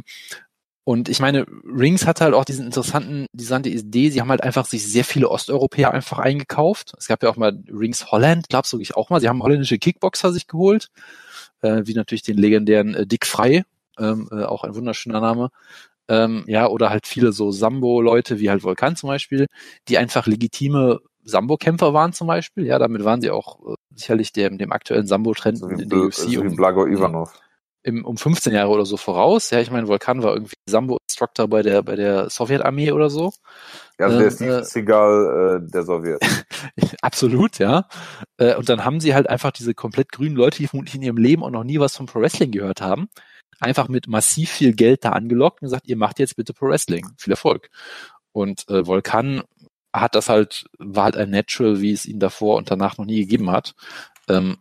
Und ich meine, Rings hatte halt auch diesen interessanten, interessante Idee, sie haben halt einfach sich sehr viele Osteuropäer einfach eingekauft. Es gab ja auch mal Rings Holland, glaubst du ich auch mal. Sie haben holländische Kickboxer sich geholt, äh, wie natürlich den legendären äh, Dick Frey, ähm, äh, auch ein wunderschöner Name. Ähm, ja, oder halt viele so Sambo-Leute, wie halt Volkan zum Beispiel, die einfach legitime Sambo-Kämpfer waren zum Beispiel. Ja, damit waren sie auch äh, sicherlich dem, dem aktuellen Sambo-Trend so in der U F C. So wie um, Blago Ivanov. Im, um fünfzehn Jahre oder so voraus. Ja, ich meine, Volkan war irgendwie Sambo-Instructor bei der bei der Sowjetarmee oder so. Ja, also ähm, der Steven äh, Seagal äh, der Sowjet. Absolut, ja. Äh, und dann haben sie halt einfach diese komplett grünen Leute, die vermutlich in ihrem Leben auch noch nie was vom Pro Wrestling gehört haben, einfach mit massiv viel Geld da angelockt und gesagt, ihr macht jetzt bitte Pro Wrestling. Viel Erfolg. Und äh, Volkan hat das halt, war halt ein Natural, wie es ihn davor und danach noch nie gegeben hat. Ähm,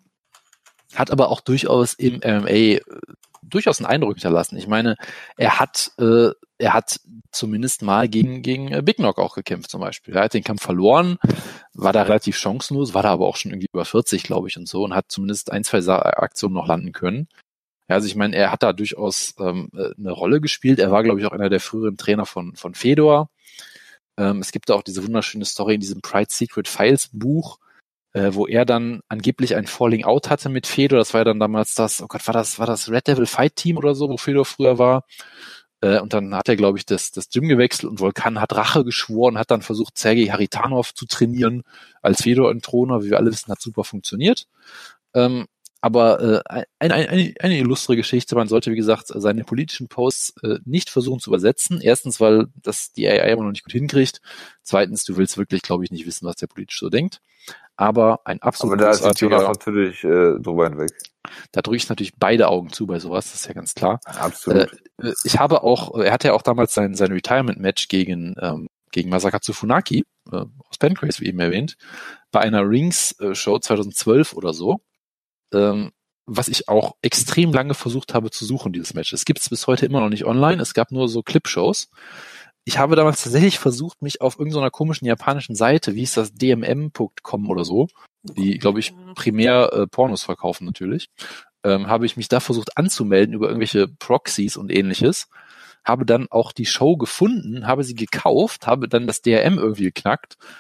hat aber auch durchaus im M M A äh, durchaus einen Eindruck hinterlassen. Ich meine, er hat äh, er hat zumindest mal gegen gegen äh, Big Knock auch gekämpft zum Beispiel. Er hat den Kampf verloren, war da relativ chancenlos, war da aber auch schon irgendwie über vierzig, glaube ich, und so und hat zumindest ein, zwei Aktionen noch landen können. Ja, also ich meine, er hat da durchaus ähm, eine Rolle gespielt. Er war, glaube ich, auch einer der früheren Trainer von von Fedor. Ähm, es gibt da auch diese wunderschöne Story in diesem Pride Secret Files Buch, äh, wo er dann angeblich ein Falling Out hatte mit Fedor. Das war ja dann damals das, oh Gott, war das, war das Red Devil Fight Team oder so, wo Fedor früher war. Äh, und dann hat er, glaube ich, das, das Gym gewechselt und Volkan hat Rache geschworen, hat dann versucht, Sergei Haritanov zu trainieren als Fedor-Enthroner. Wie wir alle wissen, hat super funktioniert. Ähm, aber äh, eine, eine, eine illustre Geschichte. Man sollte, wie gesagt, seine politischen Posts äh, nicht versuchen zu übersetzen. Erstens, weil das die A I immer noch nicht gut hinkriegt. Zweitens, du willst wirklich, glaube ich, nicht wissen, was der politisch so denkt. Aber ein absolut Aber da ist die natürlich äh, drüber hinweg. Da drücke ich natürlich beide Augen zu bei sowas, das ist ja ganz klar. Absolut. Äh, ich habe auch, er hatte ja auch damals sein, sein Retirement-Match gegen, ähm, gegen Masakatsu Funaki, äh, aus Pancrase, wie eben erwähnt, bei einer Rings-Show zweitausendzwölf oder so, ähm, was ich auch extrem lange versucht habe zu suchen, dieses Match. Es gibt es bis heute immer noch nicht online, es gab nur so Clip-Shows. Ich habe damals tatsächlich versucht, mich auf irgendeiner komischen japanischen Seite, wie hieß das, D M M Punkt com oder so, die, glaube ich, primär äh, Pornos verkaufen natürlich, ähm, habe ich mich da versucht anzumelden über irgendwelche Proxys und ähnliches, habe dann auch die Show gefunden, habe sie gekauft, habe dann das D R M irgendwie geknackt,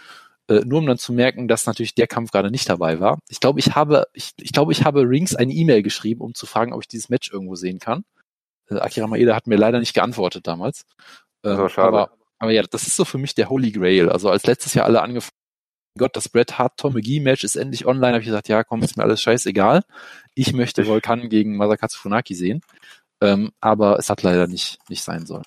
äh, nur um dann zu merken, dass natürlich der Kampf gerade nicht dabei war. Ich glaube, ich habe, ich, ich glaube, ich habe Rings eine E-Mail geschrieben, um zu fragen, ob ich dieses Match irgendwo sehen kann. Äh, Akira Maeda hat mir leider nicht geantwortet damals. Ähm, Das war schade. Aber, aber ja, das ist so für mich der Holy Grail. Also als letztes Jahr alle angefangen, Gott, das Bret Hart Tom McGee Match ist endlich online, habe ich gesagt, ja, komm, ist mir alles scheißegal. Ich möchte Ich- Volkan gegen Masakatsu Funaki sehen. Ähm, aber es hat leider nicht, nicht sein sollen.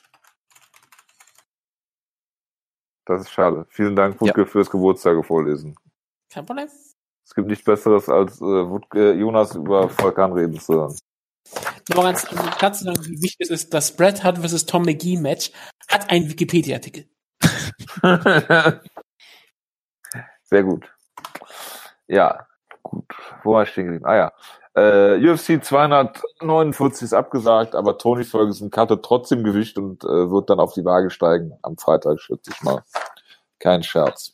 Das ist schade. Vielen Dank, Wutke, fürs Geburtstage vorlesen. Kein Problem. Es gibt nichts Besseres, als äh, Wutke, Jonas über Volkan reden zu hören. Nur ganz klar zu sagen, wie wichtig es ist, das Bret Hart versus Tom McGee Match hat einen Wikipedia-Artikel. Sehr gut. Ja, gut. Wo war ich stehen geblieben? Ah ja. Äh, U F C zweihundertneunundvierzig ist abgesagt, aber Tony Ferguson cuttet trotzdem Gewicht und äh, wird dann auf die Waage steigen am Freitag, schätze ich mal. Kein Scherz.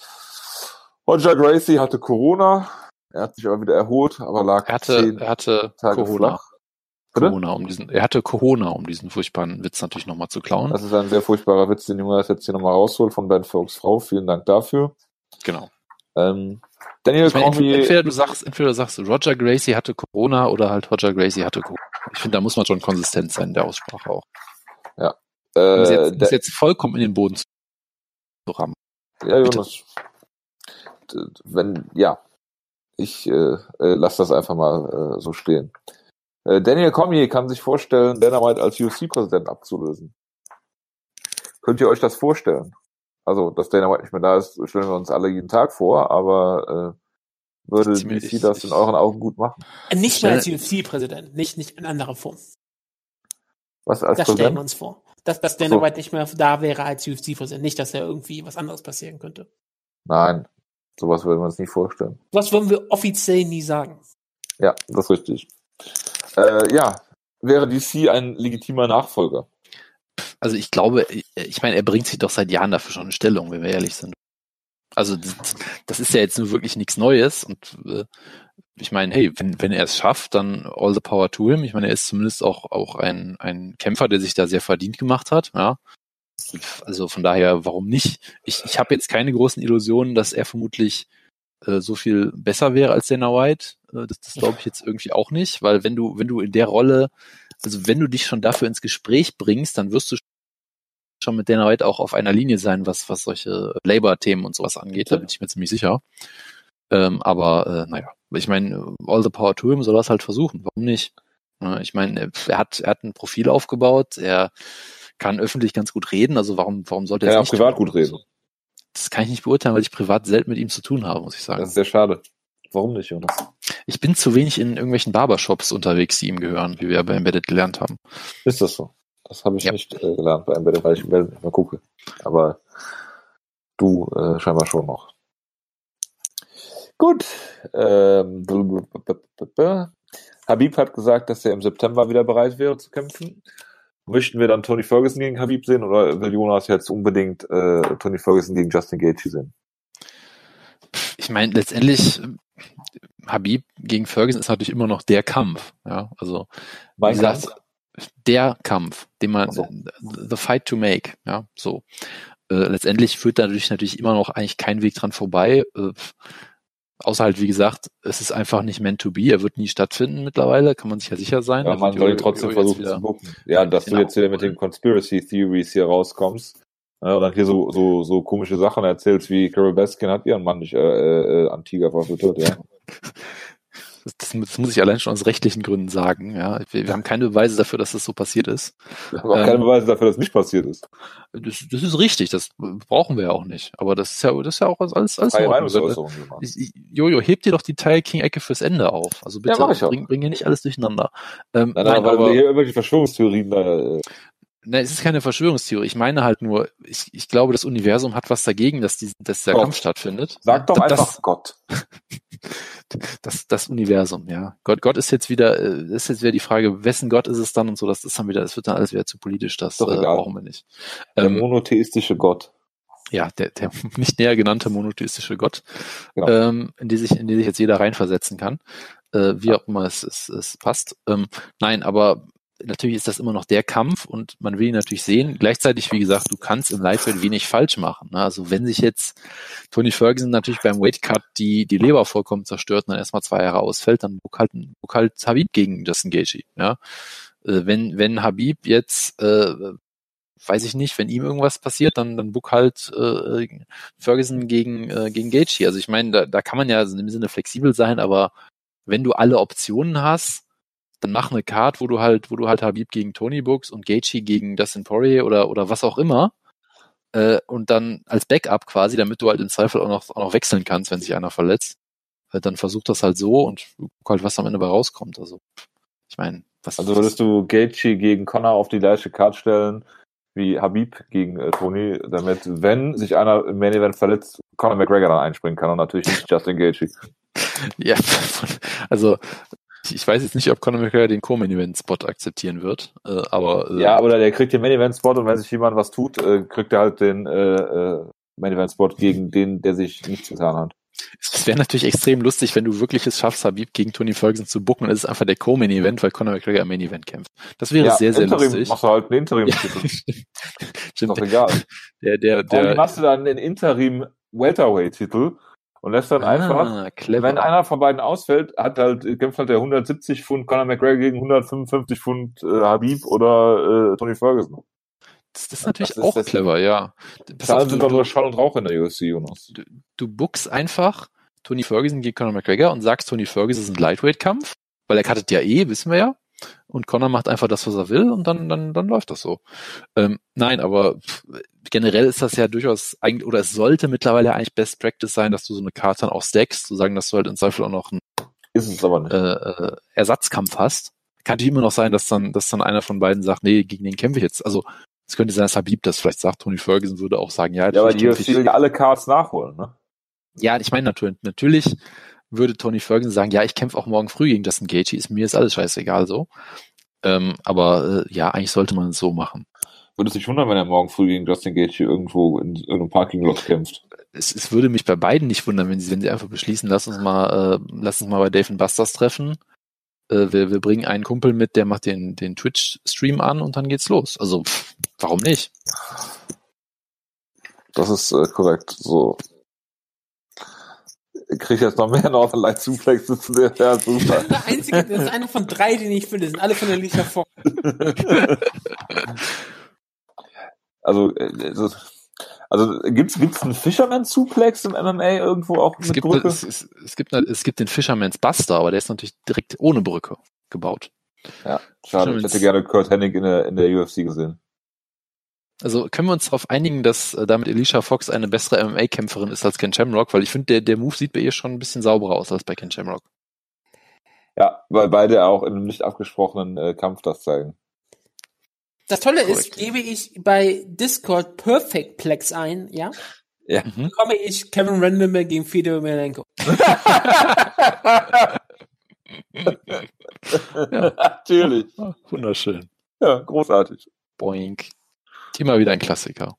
Roger Gracie hatte Corona. Er hat sich aber wieder erholt, aber lag Er hatte, zehn er hatte Tage Corona. flach. Bitte? Corona, um diesen, er hatte Corona, um diesen furchtbaren Witz natürlich nochmal zu klauen. Das ist ein sehr furchtbarer Witz, den Jonas jetzt hier nochmal rausholt von Ben Folks Frau. Vielen Dank dafür. Genau. Ähm, Daniel Ich meine, entweder, Cormier, entweder du sagst, entweder du sagst, Roger Gracie hatte Corona oder halt Roger Gracie hatte Corona. Ich finde, da muss man schon konsistent sein in der Aussprache auch. ja, Um es äh, jetzt, um es der, jetzt vollkommen in den Boden zu rammen. ja, bitte. Jonas, d- wenn, ja, ich äh, äh, lass das einfach mal äh, so stehen. Äh, Daniel Cormier kann sich vorstellen, Dana White als U F C-Präsident abzulösen. Könnt ihr euch das vorstellen? Also, dass Dana White nicht mehr da ist, stellen wir uns alle jeden Tag vor, aber äh, würde Ich- D C ich- das in euren Augen gut machen? Nicht mehr Stell- als U F C-Präsident, nicht, nicht in anderer Form. Was als Das stellen wir Präsident? uns vor. Dass, dass Dana So. White nicht mehr da wäre als U F C-Präsident. Nicht, dass da irgendwie was anderes passieren könnte. Nein, sowas würde man sich nicht vorstellen. Was würden wir offiziell nie sagen? Ja, das ist richtig. Äh, ja, wäre D C ein legitimer Nachfolger? Also ich glaube, ich meine, er bringt sich doch seit Jahren dafür schon in Stellung, wenn wir ehrlich sind. Also das, das ist ja jetzt nur wirklich nichts Neues und äh, ich meine, hey, wenn, wenn er es schafft, dann all the power to him. Ich meine, er ist zumindest auch, auch ein, ein Kämpfer, der sich da sehr verdient gemacht hat, ja. Also von daher, warum nicht? Ich, ich habe jetzt keine großen Illusionen, dass er vermutlich äh, so viel besser wäre als Dana White. Äh, das das glaube ich jetzt irgendwie auch nicht, weil wenn du, wenn du in der Rolle, also wenn du dich schon dafür ins Gespräch bringst, dann wirst du schon mit Dana White auch auf einer Linie sein, was, was solche Labor-Themen und sowas angeht, da bin ich mir ziemlich sicher. Ähm, aber äh, naja, ich meine, all the power to him, soll er es halt versuchen, warum nicht? Ja, ich meine, er hat, er hat ein Profil aufgebaut, er kann öffentlich ganz gut reden, also warum, warum sollte er Kann es ja nicht privat tun? gut reden. Das kann ich nicht beurteilen, weil ich privat selten mit ihm zu tun habe, muss ich sagen. Das ist sehr schade. Warum nicht, Jonas? Ich bin zu wenig in irgendwelchen Barbershops unterwegs, die ihm gehören, wie wir bei Embedded gelernt haben. Ist das so? Das habe ich Ja. nicht äh, gelernt bei Embedded, weil ich Embedded nicht mehr gucke. Aber du äh, scheinbar schon noch. Gut. Ähm, Habib hat gesagt, dass er im September wieder bereit wäre zu kämpfen. Möchten wir dann Tony Ferguson gegen Habib sehen oder will Jonas jetzt unbedingt äh, Tony Ferguson gegen Justin Gaethje sehen? Ich meine, letztendlich, Habib gegen Ferguson ist natürlich immer noch der Kampf. Ja, also Mein wie gesagt, Kampf? der Kampf, den man, Ach so. the fight to make, ja, so. Äh, letztendlich führt dadurch natürlich immer noch eigentlich kein Weg dran vorbei. Äh, außer halt, wie gesagt, es ist einfach nicht meant to be. Er wird nie stattfinden mittlerweile, kann man sich ja sicher sein. Ja, Da man wird soll Jojo- trotzdem Jojo jetzt versuchen wieder- zu bucken. Ja, dass Genau. du jetzt wieder mit den Conspiracy Theories hier rauskommst ja, und dann hier so, so, so komische Sachen erzählst, wie Carol Baskin hat ihren Mann nicht äh, äh, Antiga verfüttert, ja. Das, das muss ich allein schon aus rechtlichen Gründen sagen. Ja, wir, wir haben keine Beweise dafür, dass das so passiert ist. Wir haben auch Ähm, keine Beweise dafür, dass es nicht passiert ist. Das, das ist richtig, das brauchen wir ja auch nicht. Aber das ist ja, das ist ja auch alles, alles Freie in Ordnung. Meinungsäußerung, Jonas. Ich- ich- Jojo, heb dir doch die Tiger King-Ecke fürs Ende auf. Also bitte, Ja, mach ich auch. bring, bring hier nicht alles durcheinander. Ähm, Nein, nein, nein, weil aber, wir hier irgendwelche Verschwörungstheorien da. Äh, nein, es ist keine Verschwörungstheorie. Ich meine halt nur, ich, ich glaube, das Universum hat was dagegen, dass, die, dass der Gott. Kampf stattfindet. sag doch das, einfach Gott. Das, das Universum, ja. Gott, Gott ist jetzt wieder, äh, ist jetzt wieder die Frage, wessen Gott ist es dann und so, das ist dann wieder, es wird dann alles wieder zu politisch, das Doch äh, egal. brauchen wir nicht. Der Ähm, monotheistische Gott. ja, der, der nicht näher genannte monotheistische Gott, Genau. ähm, in die sich, in die sich jetzt jeder reinversetzen kann, äh, wie auch immer es, es, es passt. Ähm, nein, aber natürlich ist das immer noch der Kampf und man will ihn natürlich sehen. Gleichzeitig, wie gesagt, du kannst im Lightweight wenig falsch machen. Ne? Also wenn sich jetzt Tony Ferguson natürlich beim Weightcut die die Leber vollkommen zerstört und dann erstmal zwei Jahre ausfällt, dann buck halt, buck halt Habib gegen Justin Gaethje. Ja? Äh, wenn wenn Habib jetzt, äh, weiß ich nicht, wenn ihm irgendwas passiert, dann dann buck halt äh, Ferguson gegen äh, gegen Gaethje. Also ich meine, da, da kann man ja im Sinne flexibel sein, aber wenn du alle Optionen hast, dann mach eine Card, wo du halt, wo du halt Habib gegen Tony bookst und Gaethje gegen Dustin Poirier oder oder was auch immer äh, und dann als Backup quasi, damit du halt im Zweifel auch noch auch noch wechseln kannst, wenn sich einer verletzt. Äh, dann versuch das halt so und guck halt, was am Ende bei rauskommt. Also ich meine, was also würdest du Gaethje gegen Conor auf die gleiche Card stellen wie Habib gegen äh, Tony, damit, wenn sich einer im Main Event verletzt, Conor McGregor dann einspringen kann und natürlich nicht Justin Gaethje. Ja, also ich weiß jetzt nicht, ob Conor McGregor den Co-Main-Event-Spot akzeptieren wird, äh, aber... Äh, ja, aber der kriegt den Main-Event-Spot und wenn sich jemand was tut, äh, kriegt er halt den äh, äh, Main-Event-Spot gegen den, der sich nichts getan hat. Es wäre natürlich extrem lustig, wenn du wirklich es schaffst, Habib gegen Tony Ferguson zu booken und es ist einfach der Co-Main-Event, weil Conor McGregor am Main-Event kämpft. Das wäre ja, sehr, sehr Interim, lustig. Machst du halt einen Interim-Titel. Ja, ist doch egal. Der, der, der, Warum machst du dann den Interim-Welterweight-Titel und lässt dann ah, einfach, clever. wenn einer von beiden ausfällt, hat halt, kämpft halt der hundertsiebzig Pfund Conor McGregor gegen hundertfünfundfünfzig Pfund äh, Habib oder äh, Tony Ferguson. Das, das ist natürlich das auch ist, clever, ja. Das auf, sind doch nur Schall und Rauch in der U F C, Jonas. Du, du bookst einfach Tony Ferguson gegen Conor McGregor und sagst, Tony Ferguson ist ein Lightweight-Kampf, weil er cuttet ja eh, wissen wir ja. Und Conor macht einfach das, was er will und dann dann dann läuft das so. Ähm, nein, aber pff, generell ist das ja durchaus eigentlich, oder es sollte mittlerweile eigentlich Best Practice sein, dass du so eine Karte dann auch stackst, zu sagen, dass du halt im Zweifel auch noch einen ist es aber nicht. Äh, äh, Ersatzkampf hast. Kann natürlich immer noch sein, dass dann dass dann einer von beiden sagt, nee, gegen den kämpfe ich jetzt. Also es könnte sein, dass Habib das vielleicht sagt. Tony Ferguson würde auch sagen, ja. Ja, aber die U F C will ja alle Cards nachholen, ne? Ja, ich meine natürlich, natürlich würde Tony Ferguson sagen, ja, ich kämpfe auch morgen früh gegen Justin Gaethje, ist mir ist alles scheißegal so. Ähm, aber äh, ja, eigentlich sollte man es so machen. Würde es nicht wundern, wenn er morgen früh gegen Justin Gaethje irgendwo in irgendeinem Parking-Lot kämpft. Es, es würde mich bei beiden nicht wundern, wenn sie, wenn sie einfach beschließen, lass uns mal, äh, lass uns mal bei Dave and Busters treffen. Äh, wir, wir bringen einen Kumpel mit, der macht den, den Twitch-Stream an und dann geht's los. Also, pff, warum nicht? Das ist äh, korrekt. So. Krieg ich jetzt noch mehr Northern Light Suplexes zu der, ja, super. Das ist der einzige, das ist einer von drei, den ich finde, das sind alle von der Alicia Fox. Also, also, also gibt's gibt's einen Fisherman Suplex im M M A irgendwo auch Es mit gibt, Brücke? es, es, es, gibt, es gibt den Fisherman's Buster, aber der ist natürlich direkt ohne Brücke gebaut. Ja, schade. Ich hätte gerne Kurt Hennig in der in der U F C gesehen. Also können wir uns darauf einigen, dass äh, damit Alicia Fox eine bessere M M A-Kämpferin ist als Ken Shamrock, weil ich finde, der der Move sieht bei ihr schon ein bisschen sauberer aus als bei Ken Shamrock. Ja, weil beide auch in einem nicht abgesprochenen äh, Kampf das zeigen. Das Tolle Korrekt. ist, gebe ich bei Discord Perfect Plex ein, ja, Ja. Mhm. bekomme ich Kevin Randleman gegen Fedor Emelianenko. Ja. Natürlich. Ah, wunderschön. Ja, großartig. Boink. Immer wieder ein Klassiker.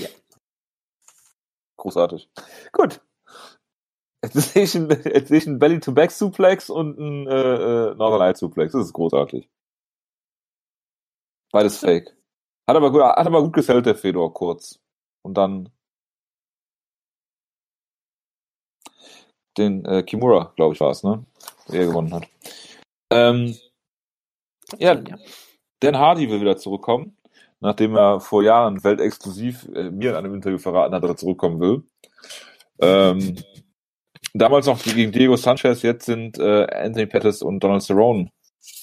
Großartig. Gut. Jetzt sehe ich einen, jetzt sehe ich einen Belly-to-Back-Suplex und einen äh, äh, Northern Light Suplex. Das ist großartig. Beides fake. Hat aber gut, hat aber gut gefällt, der Fedor, kurz. Und dann den äh, Kimura, glaube ich, war es, ne? Der gewonnen hat. Ähm, ja, ja. Dan Hardy will wieder zurückkommen, nachdem er vor Jahren weltexklusiv äh, mir in einem Interview verraten hat, dass er zurückkommen will. Ähm, damals noch gegen Diego Sanchez, jetzt sind äh, Anthony Pettis und Donald Cerrone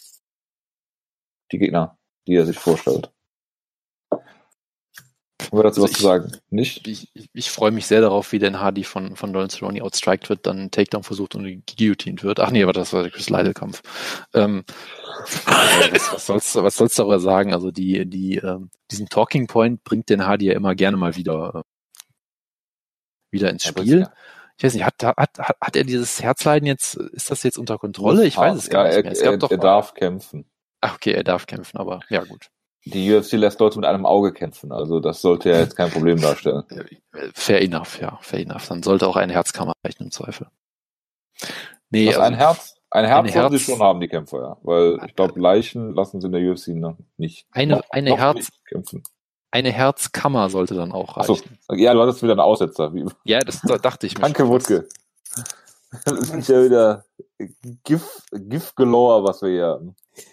die Gegner, die er sich vorstellt. Haben wir dazu Also was ich- zu sagen? Nicht? Ich, ich, ich freue mich sehr darauf, wie Dan Hardy von, von Donald Cerrone outstriked wird, dann einen Takedown versucht und geguillotined wird. Ach nee, aber das war der Chris Lytle-Kampf. Ähm, was, was soll's, was soll's darüber sagen? Also die, die, ähm, diesen Talking Point bringt Dan Hardy ja immer gerne mal wieder, äh, wieder ins Er Spiel. bringt's, Ich weiß nicht, hat, hat, hat, hat er dieses Herzleiden jetzt, ist das jetzt unter Kontrolle? Ich weiß es gar ja, nicht er, mehr. Es gab er, doch er mal- darf kämpfen. Ach, okay, er darf kämpfen, aber ja gut. Die U F C lässt Leute mit einem Auge kämpfen, also das sollte ja jetzt kein Problem darstellen. Äh, Fair enough, ja, fair enough. Dann sollte auch ein Herzkammer reichen im Zweifel. Nee, Was, also, ein Herz? Ein Herz Eine sollen sie Herz- schon haben, die Kämpfer, ja. Weil ich glaube, Leichen lassen sie in der U F C noch nicht. Eine, noch, eine noch Herz, nicht kämpfen. eine Herzkammer sollte dann auch Achso, reichen. ja, du hattest wieder einen Aussetzer. Wie, Ja, das da- dachte ich mir. danke, schon. Wutke. Das sind ja wieder Gift, Giftgalore, was wir hier haben.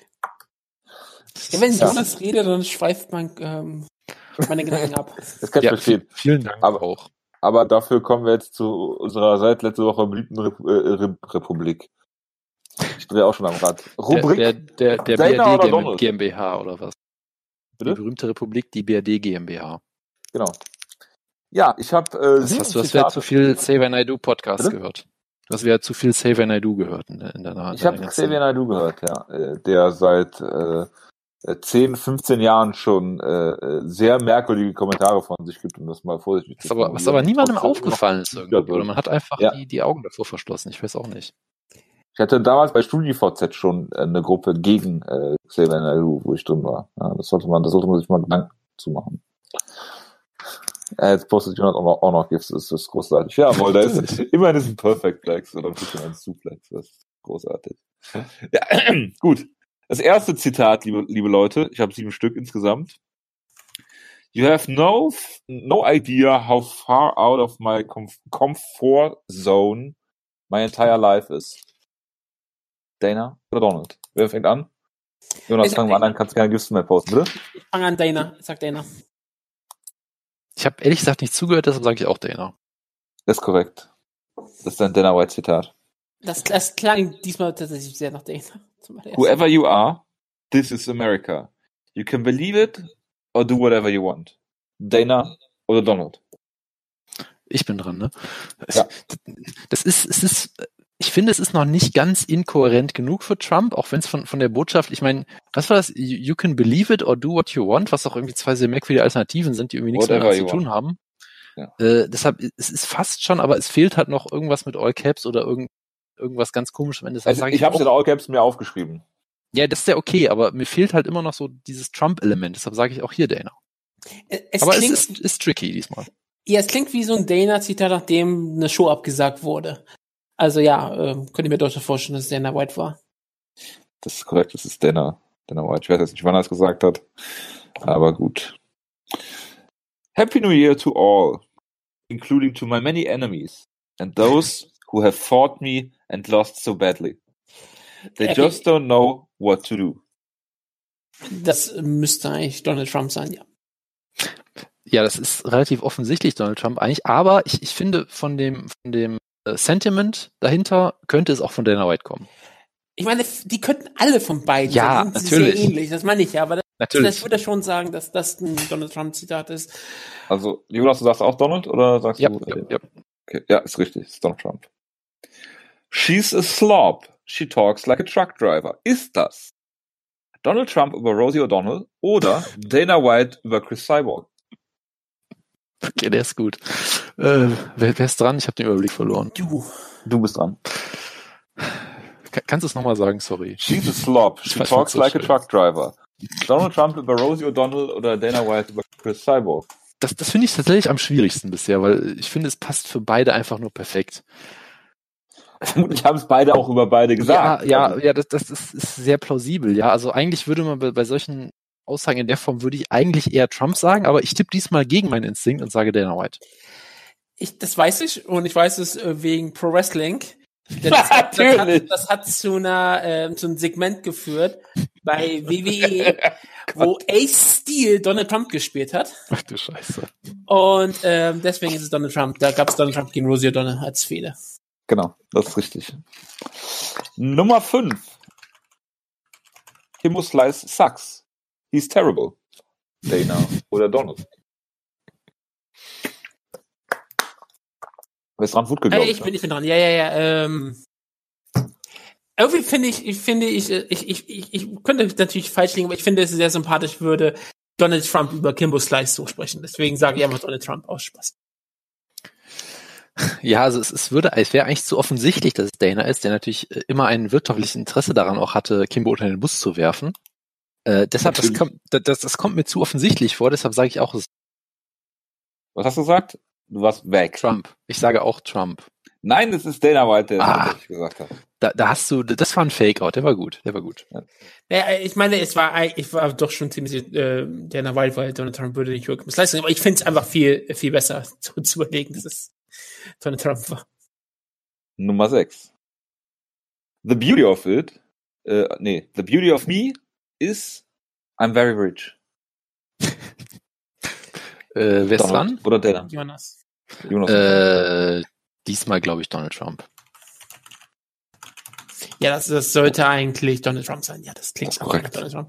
Ja, wenn Ja. Jonas redet, dann schweift man ähm, meine Gedanken ab. Das kann ich Ja, verstehen. vielen Dank Aber- auch. Aber dafür kommen wir jetzt zu unserer seit letzte Woche beliebten Rep äh, Rep Republik. Ich drehe auch schon am Rad. Rubrik. Der, der, der, der Dana oder B R D Donald? GmbH oder was? Bitte? Die berühmte Republik, die B R D GmbH. Genau. Ja, ich habe äh, Was sieben hast du hast wieder Zitate. zu viel Xavier Naidoo Podcast Bitte? gehört. Du hast wieder zu viel Xavier Naidoo gehört in, in deiner Ich habe deiner Xavier Naidoo gehört, ja, äh, der seit äh, zehn, fünfzehn Jahren schon äh, sehr merkwürdige Kommentare von sich gibt, um das mal vorsichtig Was aber, was aber niemandem aufgefallen ist irgendwie. wird. Oder man hat einfach Ja. die, die Augen davor verschlossen. Ich weiß auch nicht. Ich hatte damals bei StudiVZ schon äh, eine Gruppe gegen äh, Xavier Naidoo, wo ich drin war. Ja, das sollte man, das sollte man sich mal Gedanken zu machen. Ja, jetzt postet Jonas auch noch, auch noch GIFs, das ist großartig. Ja, weil da ist immerhin ist ein Perfect Flex oder ein bisschen ein Suplex, das ist großartig. Ja, gut. Das erste Zitat, liebe, liebe Leute, ich habe sieben Stück insgesamt. You have no, no idea how far out of my comf- comfort zone my entire life is. Dana oder Donald? Wer fängt an? Jonas, Ich- fangen wir an, dann kannst du keine GIFs mehr posten, bitte? Ich fange an, Dana. Sag Dana. Ich habe ehrlich gesagt nicht zugehört, deshalb sage ich auch Dana. Das ist korrekt. Das ist ein Dana White Zitat. Das, das klang diesmal tatsächlich sehr nach Dana. Zum allerersten. Whoever you are, this is America. You can believe it or do whatever you want. Dana oder Donald? Ich bin dran, ne? Ja. Das ist, es ist, ich finde, es ist noch nicht ganz inkohärent genug für Trump, auch wenn es von, von der Botschaft, ich meine, was war das? You, you can believe it or do what you want, was auch irgendwie zwei sehr merkwürdige Alternativen sind, die irgendwie nichts Whatever miteinander you zu tun want. haben. Ja. Äh, deshalb, es ist fast schon, aber es fehlt halt noch irgendwas mit All Caps oder irgend, irgendwas ganz komisches am Ende. Deshalb Also, sag ich habe es in auch- All Caps mir aufgeschrieben. Ja, das ist ja okay, aber mir fehlt halt immer noch so dieses Trump-Element, deshalb sage ich auch hier Dana. Es aber klingt, es ist, ist tricky diesmal. ja, es klingt wie so ein Dana-Zitat, nachdem eine Show abgesagt wurde. Also ja, ähm, könnt ihr mir durchaus vorstellen, dass es Dana White war. Das ist korrekt, das ist Dana. Dana White. Ich weiß jetzt nicht, wann er es gesagt hat. Aber gut. Happy New Year to all, including to my many enemies and those who have fought me and lost so badly. They Happy- just don't know what to do. Das müsste eigentlich Donald Trump sein, ja. Ja, das ist relativ offensichtlich Donald Trump eigentlich, aber ich, ich finde von dem, von dem äh, Sentiment dahinter könnte es auch von Dana White kommen. Ich meine, die könnten alle von beiden Ja, sein. Die sind natürlich. sehr ähnlich, das meine ich ja, aber das, Natürlich. das würde schon sagen, dass das ein Donald Trump-Zitat ist. Also, Jonas, du sagst auch Donald oder sagst Ja, du? ja, ja. Okay. Ja, ist richtig, ist Donald Trump. She's a slob. She talks like a truck driver. Ist das Donald Trump über Rosie O'Donnell oder Dana White über Chris Cyborg? Okay, der ist gut. Äh, wer, wer ist dran? Ich habe den Überblick verloren. Du. Du bist dran. Ka- kannst du es nochmal sagen? Sorry. She's a slob. She Ich talks fand's so like a schön. truck driver. Donald Trump über Rosie O'Donnell oder Dana White über Chris Cyborg? Das, das finde ich tatsächlich am schwierigsten bisher, weil ich finde, es passt für beide einfach nur perfekt. Vermutlich haben es beide auch über beide gesagt. Ja, ja, Also, ja, das, das ist, ist sehr plausibel. Ja, also eigentlich würde man bei, bei solchen Aussagen in der Form würde ich eigentlich eher Trump sagen, aber ich tippe diesmal gegen meinen Instinkt und sage Dana White. Ich, das weiß ich und ich weiß es äh, wegen Pro Wrestling. Denn Das, hat, das, Natürlich. hat, das hat zu einer ähm, zu einem Segment geführt bei W W E, wo Ace Steel Donald Trump gespielt hat. Ach du Scheiße. Und ähm, deswegen ist es Donald Trump. Da gab es Donald Trump gegen Rosie O'Donnell als Fehler. Genau, das ist richtig. Nummer fünf. Kimbo Slice sucks. He's terrible. Dana oder Donald? Wer ist dran? Wutke, Hey, glaube ich bin, ich bin dran. Ja, ja, ja. Ähm, irgendwie finde ich, ich finde, ich, ich, ich, ich, ich könnte natürlich falsch liegen, aber ich finde es sehr sympathisch, würde Donald Trump über Kimbo Slice so sprechen. Deswegen sage ich einfach Donald Trump aus Spaß. Ja, also es, es würde, es wäre eigentlich zu offensichtlich, dass es Dana ist, der natürlich äh, immer ein wirtschaftliches Interesse daran auch hatte, Kimbo unter den Bus zu werfen. Äh, deshalb, das Natürlich. kommt, das, das kommt mir zu offensichtlich vor, deshalb sage ich auch, es ist Was hast du gesagt? Du warst weg. Trump. Ich sage auch Trump. Nein, es ist Dana White, der Ah. es tatsächlich gesagt hat. da, da hast du, das war ein Fake-Out, der war gut, der war gut. Ja. Naja, ich meine, es war, ich war doch schon ziemlich, äh, Dana White, weil Donald Trump würde nicht wirklich was leisten, aber ich finde es einfach viel, viel besser zu, zu überlegen, dass es Donald Trump war. Nummer sechs. The beauty of it, äh, nee, the beauty of me is I'm very rich. äh, wer ist dran? Oder der? Jonas. Jonas. Äh, diesmal glaube ich Donald Trump. Ja, das, das sollte eigentlich Donald Trump sein. Ja, das klingt Das ist auch korrekt. nach Donald Trump.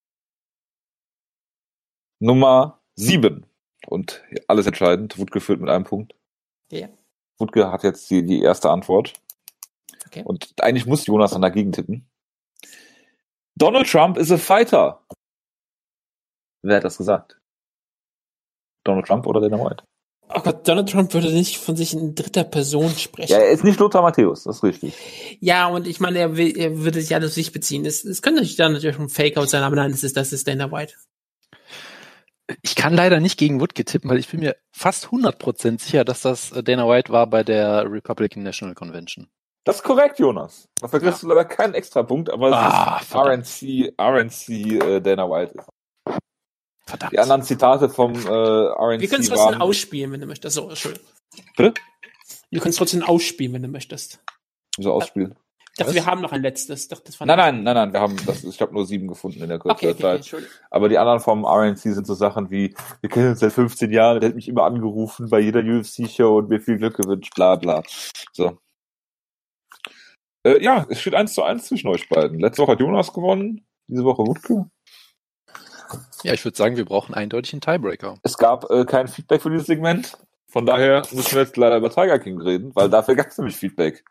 Nummer sieben. Und alles entscheidend. Wutke führt mit einem Punkt. Ja. Wutke hat jetzt die, die erste Antwort. Okay. Und eigentlich muss Jonas dann dagegen tippen. Donald Trump is a fighter. Wer hat das gesagt? Donald Trump oder Dana White? Oh Gott, Donald Trump würde nicht von sich in dritter Person sprechen. Ja, er ist nicht Lothar Matthäus, das ist richtig. Ja, und ich meine, er, will, er würde sich alles auf sich beziehen. Es, es könnte natürlich dann natürlich ein Fake-Out sein, aber nein, das ist, das ist Dana White. Ich kann leider nicht gegen Wutke tippen, weil ich bin mir fast hundert Prozent sicher, dass das Dana White war bei der Republican National Convention. Das ist korrekt, Jonas. Da vergisst ja. du leider keinen Extrapunkt, aber es ah, ist R N C, R N C äh, Dana White. Verdammt. Die anderen Zitate vom äh, R N C Wir können es trotzdem ausspielen, wenn du möchtest. So, Entschuldigung. Bitte? Wir können es trotzdem ausspielen, wenn du möchtest. Wieso ausspielen? Ich dachte, Was? wir haben noch ein letztes. Ich dachte, das nein, nein, nein, nein, wir haben das, ich habe nur sieben gefunden in der Kürze okay, der okay, Zeit. Okay, aber die anderen vom R N C sind so Sachen wie, wir kennen uns seit fünfzehn Jahren, der hat mich immer angerufen bei jeder U F C-Show und mir viel Glück gewünscht, bla bla. So. Äh, ja, es steht eins zu eins zwischen euch beiden. Letzte Woche hat Jonas gewonnen, diese Woche Wutke. Ja, ich würde sagen, wir brauchen eindeutig einen Tiebreaker. Es gab äh, kein Feedback für dieses Segment. Von daher müssen wir jetzt leider über Tiger King reden, weil dafür gab es nämlich Feedback.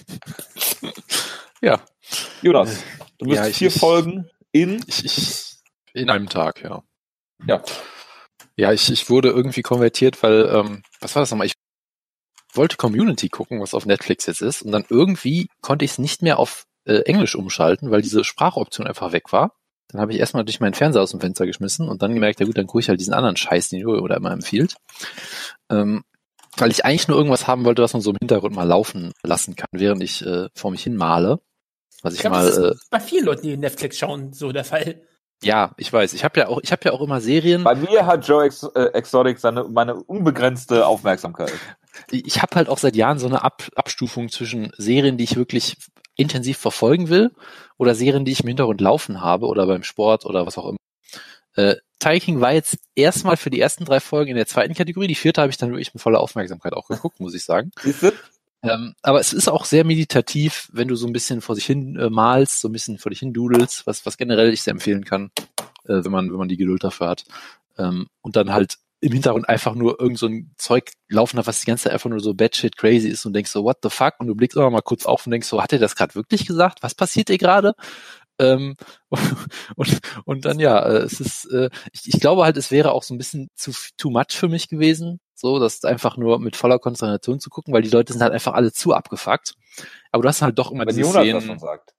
Ja. Jonas, du bist ja, ich, vier ich, Folgen in... Ich, ich, in einem Tag, ja. Ja. Ja, ich, ich wurde irgendwie konvertiert, weil, ähm, was war das nochmal? Ich wollte Community gucken, was auf Netflix jetzt ist, und dann irgendwie konnte ich es nicht mehr auf äh, Englisch umschalten, weil diese Sprachoption einfach weg war. Dann habe ich erstmal durch meinen Fernseher aus dem Fenster geschmissen und dann gemerkt, ja gut, dann gucke ich halt diesen anderen Scheiß, den Jojo da immer empfiehlt. Ähm, weil ich eigentlich nur irgendwas haben wollte, was man so im Hintergrund mal laufen lassen kann, während ich äh, vor mich hin male. Was ich, ich glaub, mal. Das ist äh, bei vielen Leuten, die Netflix schauen, so der Fall. Ja, ich weiß. Ich habe ja auch, ich habe ja auch immer Serien. Bei mir hat Joe Ex- äh, Exotic seine meine unbegrenzte Aufmerksamkeit. Ich habe halt auch seit Jahren so eine Ab- Abstufung zwischen Serien, die ich wirklich intensiv verfolgen will, oder Serien, die ich im Hintergrund laufen habe oder beim Sport oder was auch immer. Äh, Tiger King war jetzt erstmal für die ersten drei Folgen in der zweiten Kategorie. Die vierte habe ich dann wirklich mit voller Aufmerksamkeit auch geguckt, muss ich sagen. Ähm, aber es ist auch sehr meditativ, wenn du so ein bisschen vor sich hin äh, malst, so ein bisschen vor dich hin dudelst, was, was generell ich sehr empfehlen kann, äh, wenn man, wenn man die Geduld dafür hat. Ähm, und dann halt im Hintergrund einfach nur irgend so ein Zeug laufen hat, was die ganze Zeit einfach nur so batshit crazy ist und denkst so, what the fuck? Und du blickst immer mal kurz auf und denkst so, hat er das gerade wirklich gesagt? Was passiert dir gerade? Ähm, und, und dann ja, äh, es ist, äh, ich, ich glaube halt, es wäre auch so ein bisschen zu too much für mich gewesen, so, das einfach nur mit voller Konzentration zu gucken, weil die Leute sind halt einfach alle zu abgefuckt. Aber du hast halt doch immer Wenn diese Jonas Szenen. das schon sagt.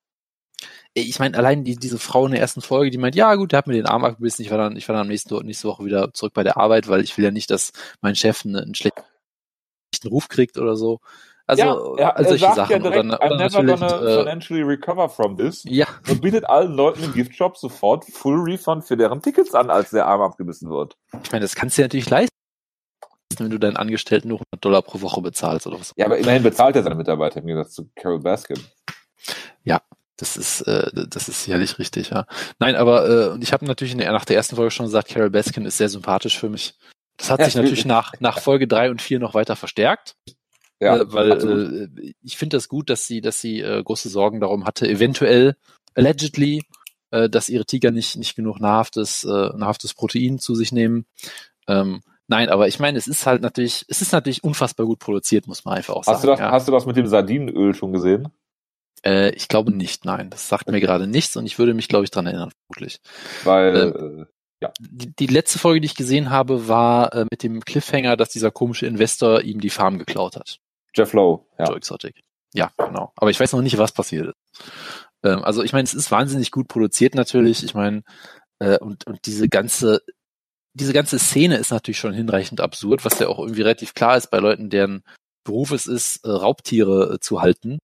Ich meine, allein die, diese Frau in der ersten Folge, die meint, ja gut, der hat mir den Arm abgebissen, ich war dann, ich war dann am nächsten, nächste Woche wieder zurück bei der Arbeit, weil ich will ja nicht, dass mein Chef einen, einen schlechten Ruf kriegt oder so. Also, ja, er, all solche er sagt Sachen. ja direkt, oder, I'm oder never gonna äh, financially recover from this. Ja. Und bietet allen Leuten im Giftshop sofort Full Refund für deren Tickets an, als der Arm abgebissen wird. Ich meine, das kannst du dir natürlich leisten, wenn du deinen Angestellten nur hundert Dollar pro Woche bezahlst oder was. Ja, aber immerhin bezahlt er seine Mitarbeiter im Gegensatz zu Carol Baskin. Ja. Das ist, äh, das ist sicherlich richtig, ja. Nein, aber äh, ich habe natürlich in der, nach der ersten Folge schon gesagt, Carol Baskin ist sehr sympathisch für mich. Das hat sich natürlich nach, nach Folge drei und vier noch weiter verstärkt. Ja, äh, weil äh, ich finde das gut, dass sie, dass sie äh, große Sorgen darum hatte, eventuell, allegedly, äh, dass ihre Tiger nicht, nicht genug nahrhaftes, äh, nahrhaftes Protein zu sich nehmen. Ähm, nein, aber ich meine, es ist halt natürlich, es ist natürlich unfassbar gut produziert, muss man einfach auch sagen. Hast du das, ja. hast du das mit dem Sardinenöl schon gesehen? Äh, ich glaube nicht, nein. Das sagt mir gerade nichts und ich würde mich, glaube ich, dran erinnern, vermutlich. Weil, ähm, äh, ja. Die, die letzte Folge, die ich gesehen habe, war äh, mit dem Cliffhanger, dass dieser komische Investor ihm die Farm geklaut hat. Jeff Lowe, ja. Joe Exotic. Ja, genau. Aber ich weiß noch nicht, was passiert ist. Ähm, also ich meine, es ist wahnsinnig gut produziert natürlich. Ich meine, äh, und, und diese ganze, diese ganze Szene ist natürlich schon hinreichend absurd, was ja auch irgendwie relativ klar ist bei Leuten, deren Beruf es ist, äh, Raubtiere äh, zu halten.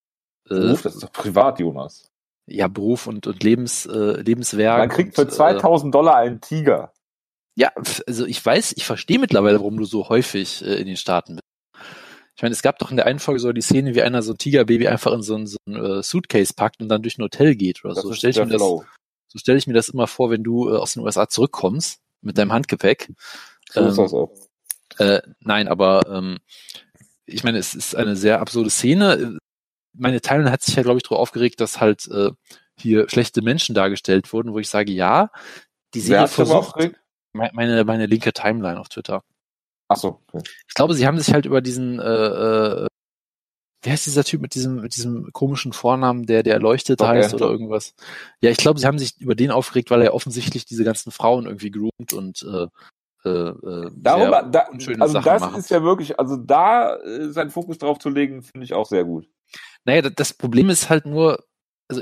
Beruf, das ist doch privat, Jonas. Ja, Beruf und, und Lebens, äh, Lebenswerk. Man kriegt für und, zweitausend Dollar einen Tiger. Ja, also ich weiß, ich verstehe mittlerweile, warum du so häufig äh, in den Staaten bist. Ich meine, es gab doch in der einen Folge so die Szene, wie einer so ein Tigerbaby einfach in so ein, so ein uh, Suitcase packt und dann durch ein Hotel geht oder das so. Ist Stell ich mir das, Flow. so stelle ich mir das immer vor, wenn du äh, aus den U S A zurückkommst mit deinem Handgepäck. So ähm, ist das auch. Äh, nein, aber ähm, ich meine, es ist eine sehr absurde Szene. Meine Teilnehmerin hat sich ja, glaube ich, darüber aufgeregt, dass halt äh, hier schlechte Menschen dargestellt wurden, wo ich sage, ja, die Serie versucht, meine, meine linke Timeline auf Twitter. Ach so. Okay. Ich glaube, sie haben sich halt über diesen, äh, äh, wie heißt dieser Typ mit diesem, mit diesem komischen Vornamen, der, der erleuchtet okay. heißt oder irgendwas. Ja, ich glaube, sie haben sich über den aufgeregt, weil er offensichtlich diese ganzen Frauen irgendwie groomt und äh, äh, Darüber, da, also Sachen das macht. ist ja wirklich, also da äh, seinen Fokus drauf zu legen, finde ich auch sehr gut. Naja, das Problem ist halt nur, also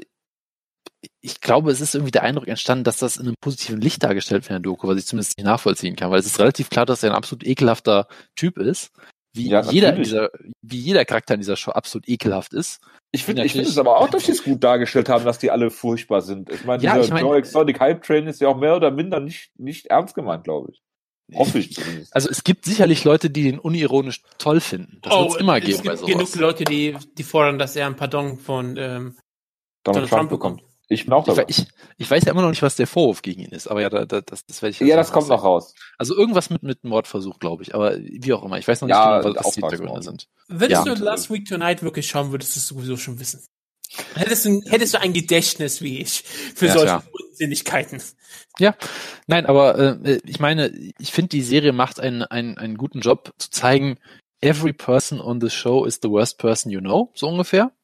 ich glaube, es ist irgendwie der Eindruck entstanden, dass das in einem positiven Licht dargestellt wird in der Doku, was ich zumindest nicht nachvollziehen kann, weil es ist relativ klar, dass er ein absolut ekelhafter Typ ist, wie ja, jeder in dieser, wie jeder Charakter in dieser Show absolut ekelhaft ist. Ich finde, ich finde es aber auch, dass sie es gut dargestellt haben, dass die alle furchtbar sind. Ich meine, ja, dieser ich mein, Joe Exotic Hype Train ist ja auch mehr oder minder nicht, nicht ernst gemeint, glaube ich. Hoffe ich zumindest. Also es gibt sicherlich Leute, die den unironisch toll finden. Das oh, wird es immer es geben gibt bei sowas. Genug Leute, die, die fordern, dass er ein Pardon von ähm, Donald, Donald Trump, Trump bekommt. bekommt. Ich bin auch dabei. Ich, ich, ich weiß ja immer noch nicht, was der Vorwurf gegen ihn ist, aber ja, da, da, das, das werde ich. Ja, das kommt noch raus. Also irgendwas mit, mit Mordversuch, glaube ich, aber wie auch immer. Ich weiß noch nicht ja, genau, was die Hintergründe sind. Würdest ja. du Last Week Tonight wirklich schauen, würdest du es sowieso schon wissen. Hättest du, hättest du ein Gedächtnis wie ich für ja, solche klar. Unsinnigkeiten. Ja, nein, aber äh, ich meine, ich finde, die Serie macht einen, einen, einen guten Job zu zeigen, every person on the show is the worst person you know, so ungefähr.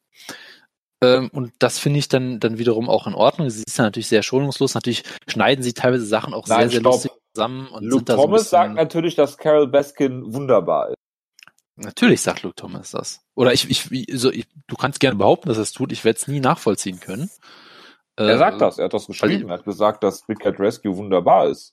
Ähm, und das finde ich dann dann wiederum auch in Ordnung. Sie ist ja natürlich sehr schonungslos. Natürlich schneiden sie teilweise Sachen auch Nein, sehr, sehr stopp. lustig zusammen. Und Luke sind da Thomas so ein bisschen, sagt natürlich, dass Carol Baskin wunderbar ist. Natürlich sagt Luke Thomas das. Oder ich, ich, so, ich du kannst gerne behaupten, dass er es tut. Ich werde es nie nachvollziehen können. Er äh, sagt das. Er hat das geschrieben. Er hat gesagt, dass Big Cat Rescue wunderbar ist.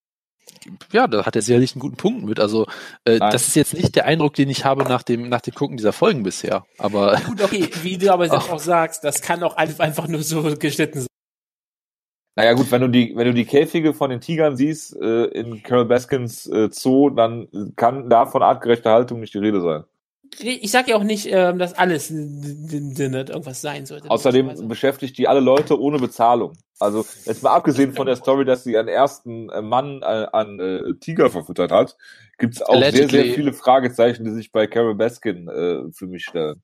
Ja, da hat er sicherlich einen guten Punkt mit. Also äh, das ist jetzt nicht der Eindruck, den ich habe nach dem nach dem Gucken dieser Folgen bisher. Aber gut, okay, wie du aber auch sagst, das kann auch einfach nur so geschnitten sein. Naja gut, wenn du die wenn du die Käfige von den Tigern siehst äh, in Carol Baskins äh, Zoo, dann kann da von artgerechter Haltung nicht die Rede sein. Ich sage ja auch nicht, ähm, dass alles irgendwas sein sollte. Außerdem beschäftigt die alle Leute ohne Bezahlung. Also jetzt mal abgesehen von der Story, dass sie einen ersten Mann an, an äh, Tiger verfüttert hat, gibt's auch Allegedly. sehr, sehr viele Fragezeichen, die sich bei Carol Baskin äh, für mich stellen.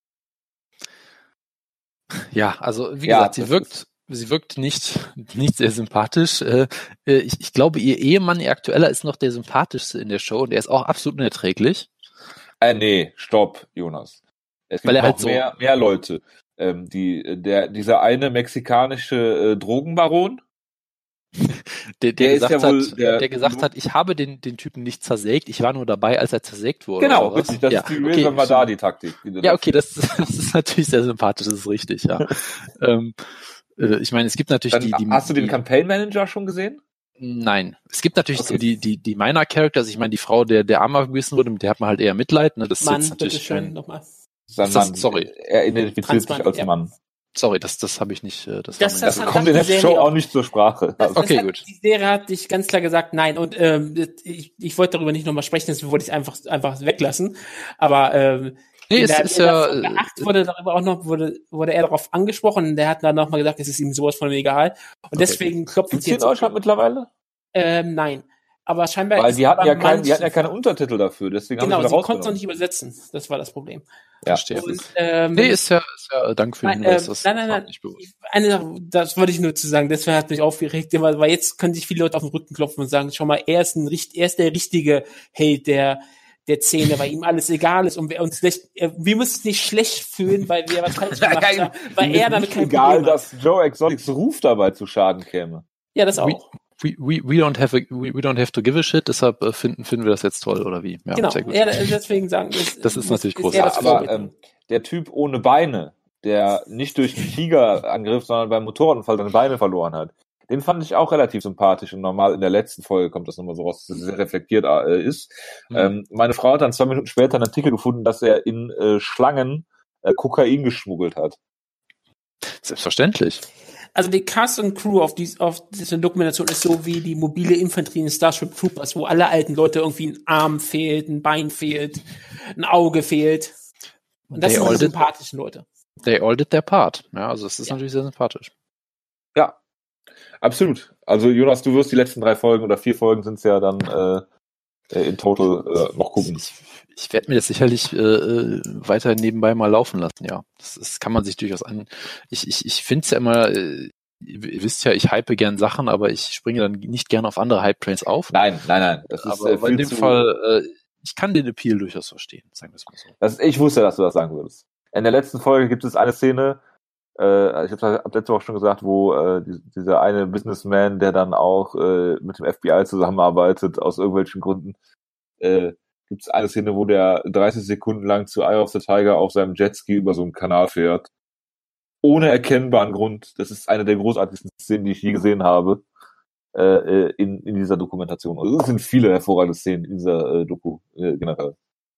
Ja, also wie ja, gesagt, sie wirkt sie wirkt nicht nicht sehr sympathisch. Äh, ich, ich glaube, ihr Ehemann, ihr aktueller, ist noch der sympathischste in der Show und der ist auch absolut unerträglich. Äh, nee, stopp, Jonas. Es gibt Weil er noch halt so mehr, mehr Leute. Ähm, die, der, dieser eine mexikanische äh, Drogenbaron, der, der, der gesagt, ja hat, der, der gesagt hat, ich habe den, den Typen nicht zersägt, ich war nur dabei, als er zersägt wurde. Genau, richtig, das ja, ist die okay, Madadi-Taktik. Ja, okay, das, das ist natürlich sehr sympathisch, das ist richtig, ja. ähm, äh, ich meine, es gibt natürlich Dann, die, die... Hast du den die, Campaign Manager schon gesehen? Nein. Es gibt natürlich okay. so die, die, die Minor-Characters, ich meine, die Frau, der, der Arm abgebissen wurde, mit der hat man halt eher Mitleid, ne, das ist Mann, jetzt natürlich schön, nochmal. Sein Mann, sorry. Er identifiziert sich als ja. Mann. Sorry, das, das habe ich nicht, das, das, das, das kommt in der Show auch nicht zur Sprache. Das, okay, das gut. Die Serie hat dich ganz klar gesagt, nein, und ähm, ich, ich wollte darüber nicht nochmal sprechen, deswegen wollte ich es einfach, einfach weglassen, aber ähm, nee, es ist ja, acht wurde darüber auch noch, wurde, wurde er darauf angesprochen und der hat dann nochmal gesagt, es ist ihm sowas von egal und okay. deswegen klopft es jetzt. In Deutschland mittlerweile? Ähm, nein. Aber scheinbar Weil ist die hatten ja kein, die hatten ja keine Untertitel dafür, deswegen genau, haben sie sie konnten es noch nicht übersetzen. Das war das Problem. Ja, verstehe. Und, ähm, nee, ist ja, ist ja, danke für den Hinweis. Das nein, nein, nein. Nicht bewusst. Eine Sache, das wollte ich nur zu sagen, deswegen hat mich aufgeregt, weil, weil jetzt können sich viele Leute auf den Rücken klopfen und sagen, schau mal, er ist ein, er ist der richtige Held der, der Szene, weil ihm alles egal ist und wir uns nicht, wir müssen uns nicht schlecht fühlen, weil wir was falsch gemacht haben, weil er damit kein egal, Problem hat. Dass Joe Exotics Ruf dabei zu Schaden käme. Ja, das auch. We, we, we, don't have a, we, we don't have to give a shit, deshalb äh, finden, finden wir das jetzt toll, oder wie? Ja, genau, sehr gut. Ja, deswegen sagen das, das ist natürlich groß. Ja, aber ähm, der Typ ohne Beine, der nicht durch einen Tigerangriff, sondern beim Motorradunfall seine Beine verloren hat, den fand ich auch relativ sympathisch und normal in der letzten Folge kommt das nochmal so raus, dass er sehr reflektiert äh, ist. Mhm. Ähm, meine Frau hat dann zwei Minuten später einen Artikel gefunden, dass er in äh, Schlangen äh, Kokain geschmuggelt hat. Selbstverständlich. Also die Cast und Crew auf, dies, auf diese Dokumentation ist so wie die mobile Infanterie in Starship Troopers, wo alle alten Leute irgendwie ein Arm fehlt, ein Bein fehlt, ein Auge fehlt. Und das They sind all die did- sympathischen Leute. They all did their part. Ja, also es ist Ja. natürlich sehr sympathisch. Ja, absolut. Also Jonas, du wirst die letzten drei Folgen oder vier Folgen sind es ja dann äh, in total äh, noch gucken. Ich, ich werde mir das sicherlich äh, weiter nebenbei mal laufen lassen, ja. Das, das kann man sich durchaus an. Ich, ich, ich finde es ja immer, äh, ihr wisst ja, ich hype gern Sachen, aber ich springe dann nicht gerne auf andere Hype-Trains auf. Nein, nein, nein. Das ist aber äh, aber viel in dem zu, Fall, äh, ich kann den Appeal durchaus verstehen, sagen wir es mal so. Das, ich wusste, dass du das sagen würdest. In der letzten Folge gibt es eine Szene, äh, ich habe hab letzte Woche schon gesagt, wo äh, die, dieser eine Businessman, der dann auch äh, mit dem F B I zusammenarbeitet, aus irgendwelchen Gründen, äh, gibt es eine Szene, wo der dreißig Sekunden lang zu Eye of the Tiger auf seinem Jetski über so einen Kanal fährt. Ohne erkennbaren Grund. Das ist eine der großartigsten Szenen, die ich je gesehen habe äh, in, in dieser Dokumentation. Also es sind viele hervorragende Szenen in dieser äh, Doku äh, generell.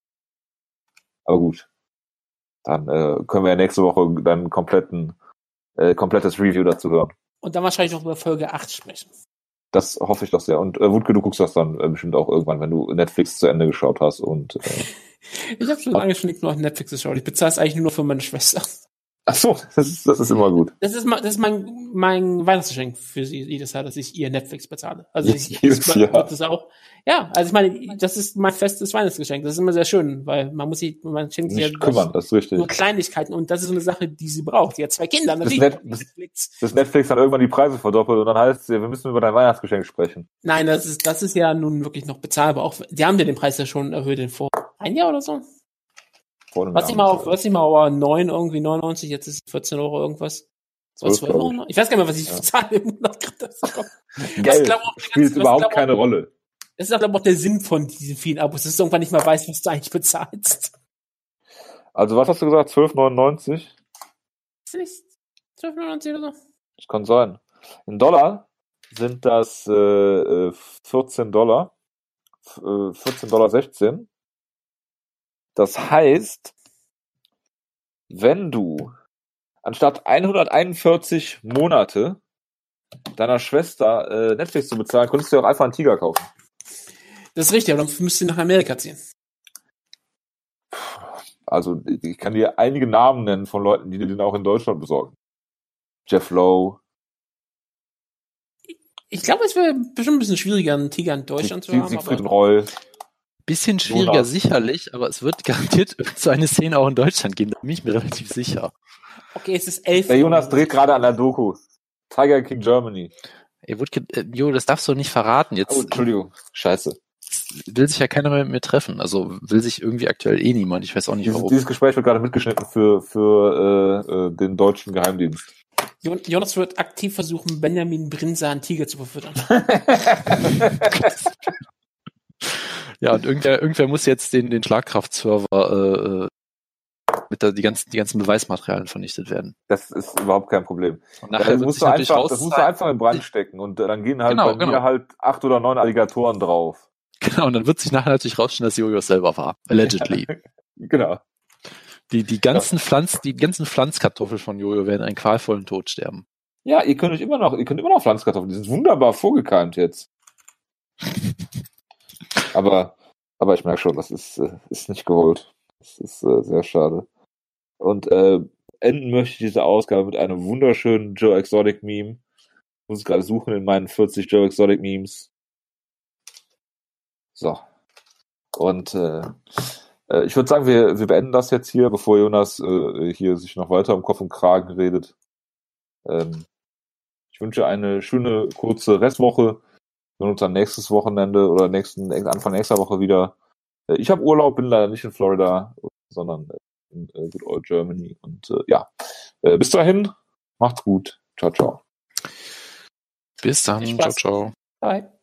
Aber gut. Dann äh, können wir ja nächste Woche dann kompletten, äh, komplettes Review dazu hören. Und dann wahrscheinlich noch über Folge acht sprechen. Das hoffe ich doch sehr. Und äh, Wutke, du guckst das dann äh, bestimmt auch irgendwann, wenn du Netflix zu Ende geschaut hast. Und äh, Ich habe schon lange schon nicht mehr auf Netflix geschaut. Ich bezahle es eigentlich nur noch für meine Schwester. ach so, das ist, das ist immer gut. Das ist, mein, das ist mein, mein Weihnachtsgeschenk für sie jedes Jahr, dass ich ihr Netflix bezahle. Also ich, Jedes ich, Jahr. das auch. Ja, also ich meine, das ist mein festes Weihnachtsgeschenk. Das ist immer sehr schön, weil man muss sich, man schenkt sich ja Nicht kümmern, das ist richtig. nur Kleinigkeiten und das ist so eine Sache, die sie braucht. Sie hat zwei Kinder, Das natürlich Net- braucht sie das- Netflix. Dass Netflix dann irgendwann die Preise verdoppelt und dann heißt es, ja, wir müssen über dein Weihnachtsgeschenk sprechen. Nein, das ist, das ist ja nun wirklich noch bezahlbar. Auch, die haben ja den Preis ja schon erhöht in vor ein Jahr oder so. Vor einem Was Jahr ich mal auf, ungefähr. was ich mal aber neun irgendwie neunundneunzig, jetzt ist es vierzehn Euro irgendwas. Oder zwölf, zwölf glaub Euro? ich. noch? Ich weiß gar nicht mehr, was ich Ja. bezahle im Monat. Das ist Geld glaub auch- spielt was überhaupt glaub auch- keine Rolle. Das ist auch, glaube ich, auch der Sinn von diesen vielen Abos, dass du irgendwann nicht mehr weißt, was du eigentlich bezahlst. Also was hast du gesagt? zwölf neunundneunzig? Ist das nicht zwölf neunundneunzig oder so? Das kann sein. In Dollar sind das äh, vierzehn Dollar. F- äh, vierzehn Dollar sechzehn. Das heißt, wenn du anstatt hunderteinundvierzig Monate deiner Schwester äh, Netflix zu bezahlen, konntest du auch einfach einen Tiger kaufen. Das ist richtig, aber dann müsst ihr nach Amerika ziehen. Also ich kann dir einige Namen nennen von Leuten, die dir den auch in Deutschland besorgen. Jeff Lowe. Ich glaube, es wäre bestimmt ein bisschen schwieriger, einen Tiger in Deutschland zu haben. Siegfried Aber Roy. Bisschen schwieriger Jonas. sicherlich, aber es wird garantiert so eine Szene auch in Deutschland geben, da bin ich mir relativ sicher. okay, es ist elf. Der Jonas dreht gerade an der Doku. Tiger King Germany. Ey, Wutke, äh, Jo, das darfst du nicht verraten. Jetzt Oh, Entschuldigung. Scheiße. will sich ja keiner mehr mit mir treffen. Also will sich irgendwie aktuell eh niemand. Ich weiß auch nicht Dieses, warum. dieses Gespräch wird gerade mitgeschnitten für, für äh, äh, den deutschen Geheimdienst. Jo- Jonas wird aktiv versuchen, Benjamin Brinzer einen Tiger zu verfüttern. Ja, und irgendwer, irgendwer muss jetzt den, den Schlagkraftserver äh, mit der, die ganzen, die ganzen Beweismaterialien vernichtet werden. Das ist überhaupt kein Problem. Und Ja, nachher das, wird musst sich du natürlich einfach, das musst du rauszahlen- einfach in Brand stecken und äh, dann gehen halt Genau, bei mir genau. halt acht oder neun Alligatoren drauf. Genau, und dann wird sich nachher natürlich rausstellen, dass Jojo es selber war. Allegedly. Genau. Die, die ganzen Pflanz, die ganzen Pflanzkartoffeln von Jojo werden einen qualvollen Tod sterben. Ja, ihr könnt euch immer noch, ihr könnt immer noch Pflanzkartoffeln, die sind wunderbar vorgekeimt jetzt. aber, aber ich merke schon, das ist, äh, ist nicht gewollt. Das ist äh, sehr schade. Und äh, enden möchte ich diese Ausgabe mit einem wunderschönen Joe Exotic Meme. Ich muss es gerade suchen in meinen vierzig Joe Exotic Memes. So. Und äh, äh, ich würde sagen, wir, wir beenden das jetzt hier, bevor Jonas äh, hier sich noch weiter um Kopf und Kragen redet. Ähm, ich wünsche eine schöne, kurze Restwoche. Wir sehen uns dann nächstes Wochenende oder nächsten Anfang nächster Woche wieder. Äh, ich habe Urlaub, bin leider nicht in Florida, sondern in äh, Good Old Germany. Und äh, ja, äh, bis dahin, macht's gut. Ciao, ciao. Bis dann. Viel Ciao, Spaß. ciao. Bye.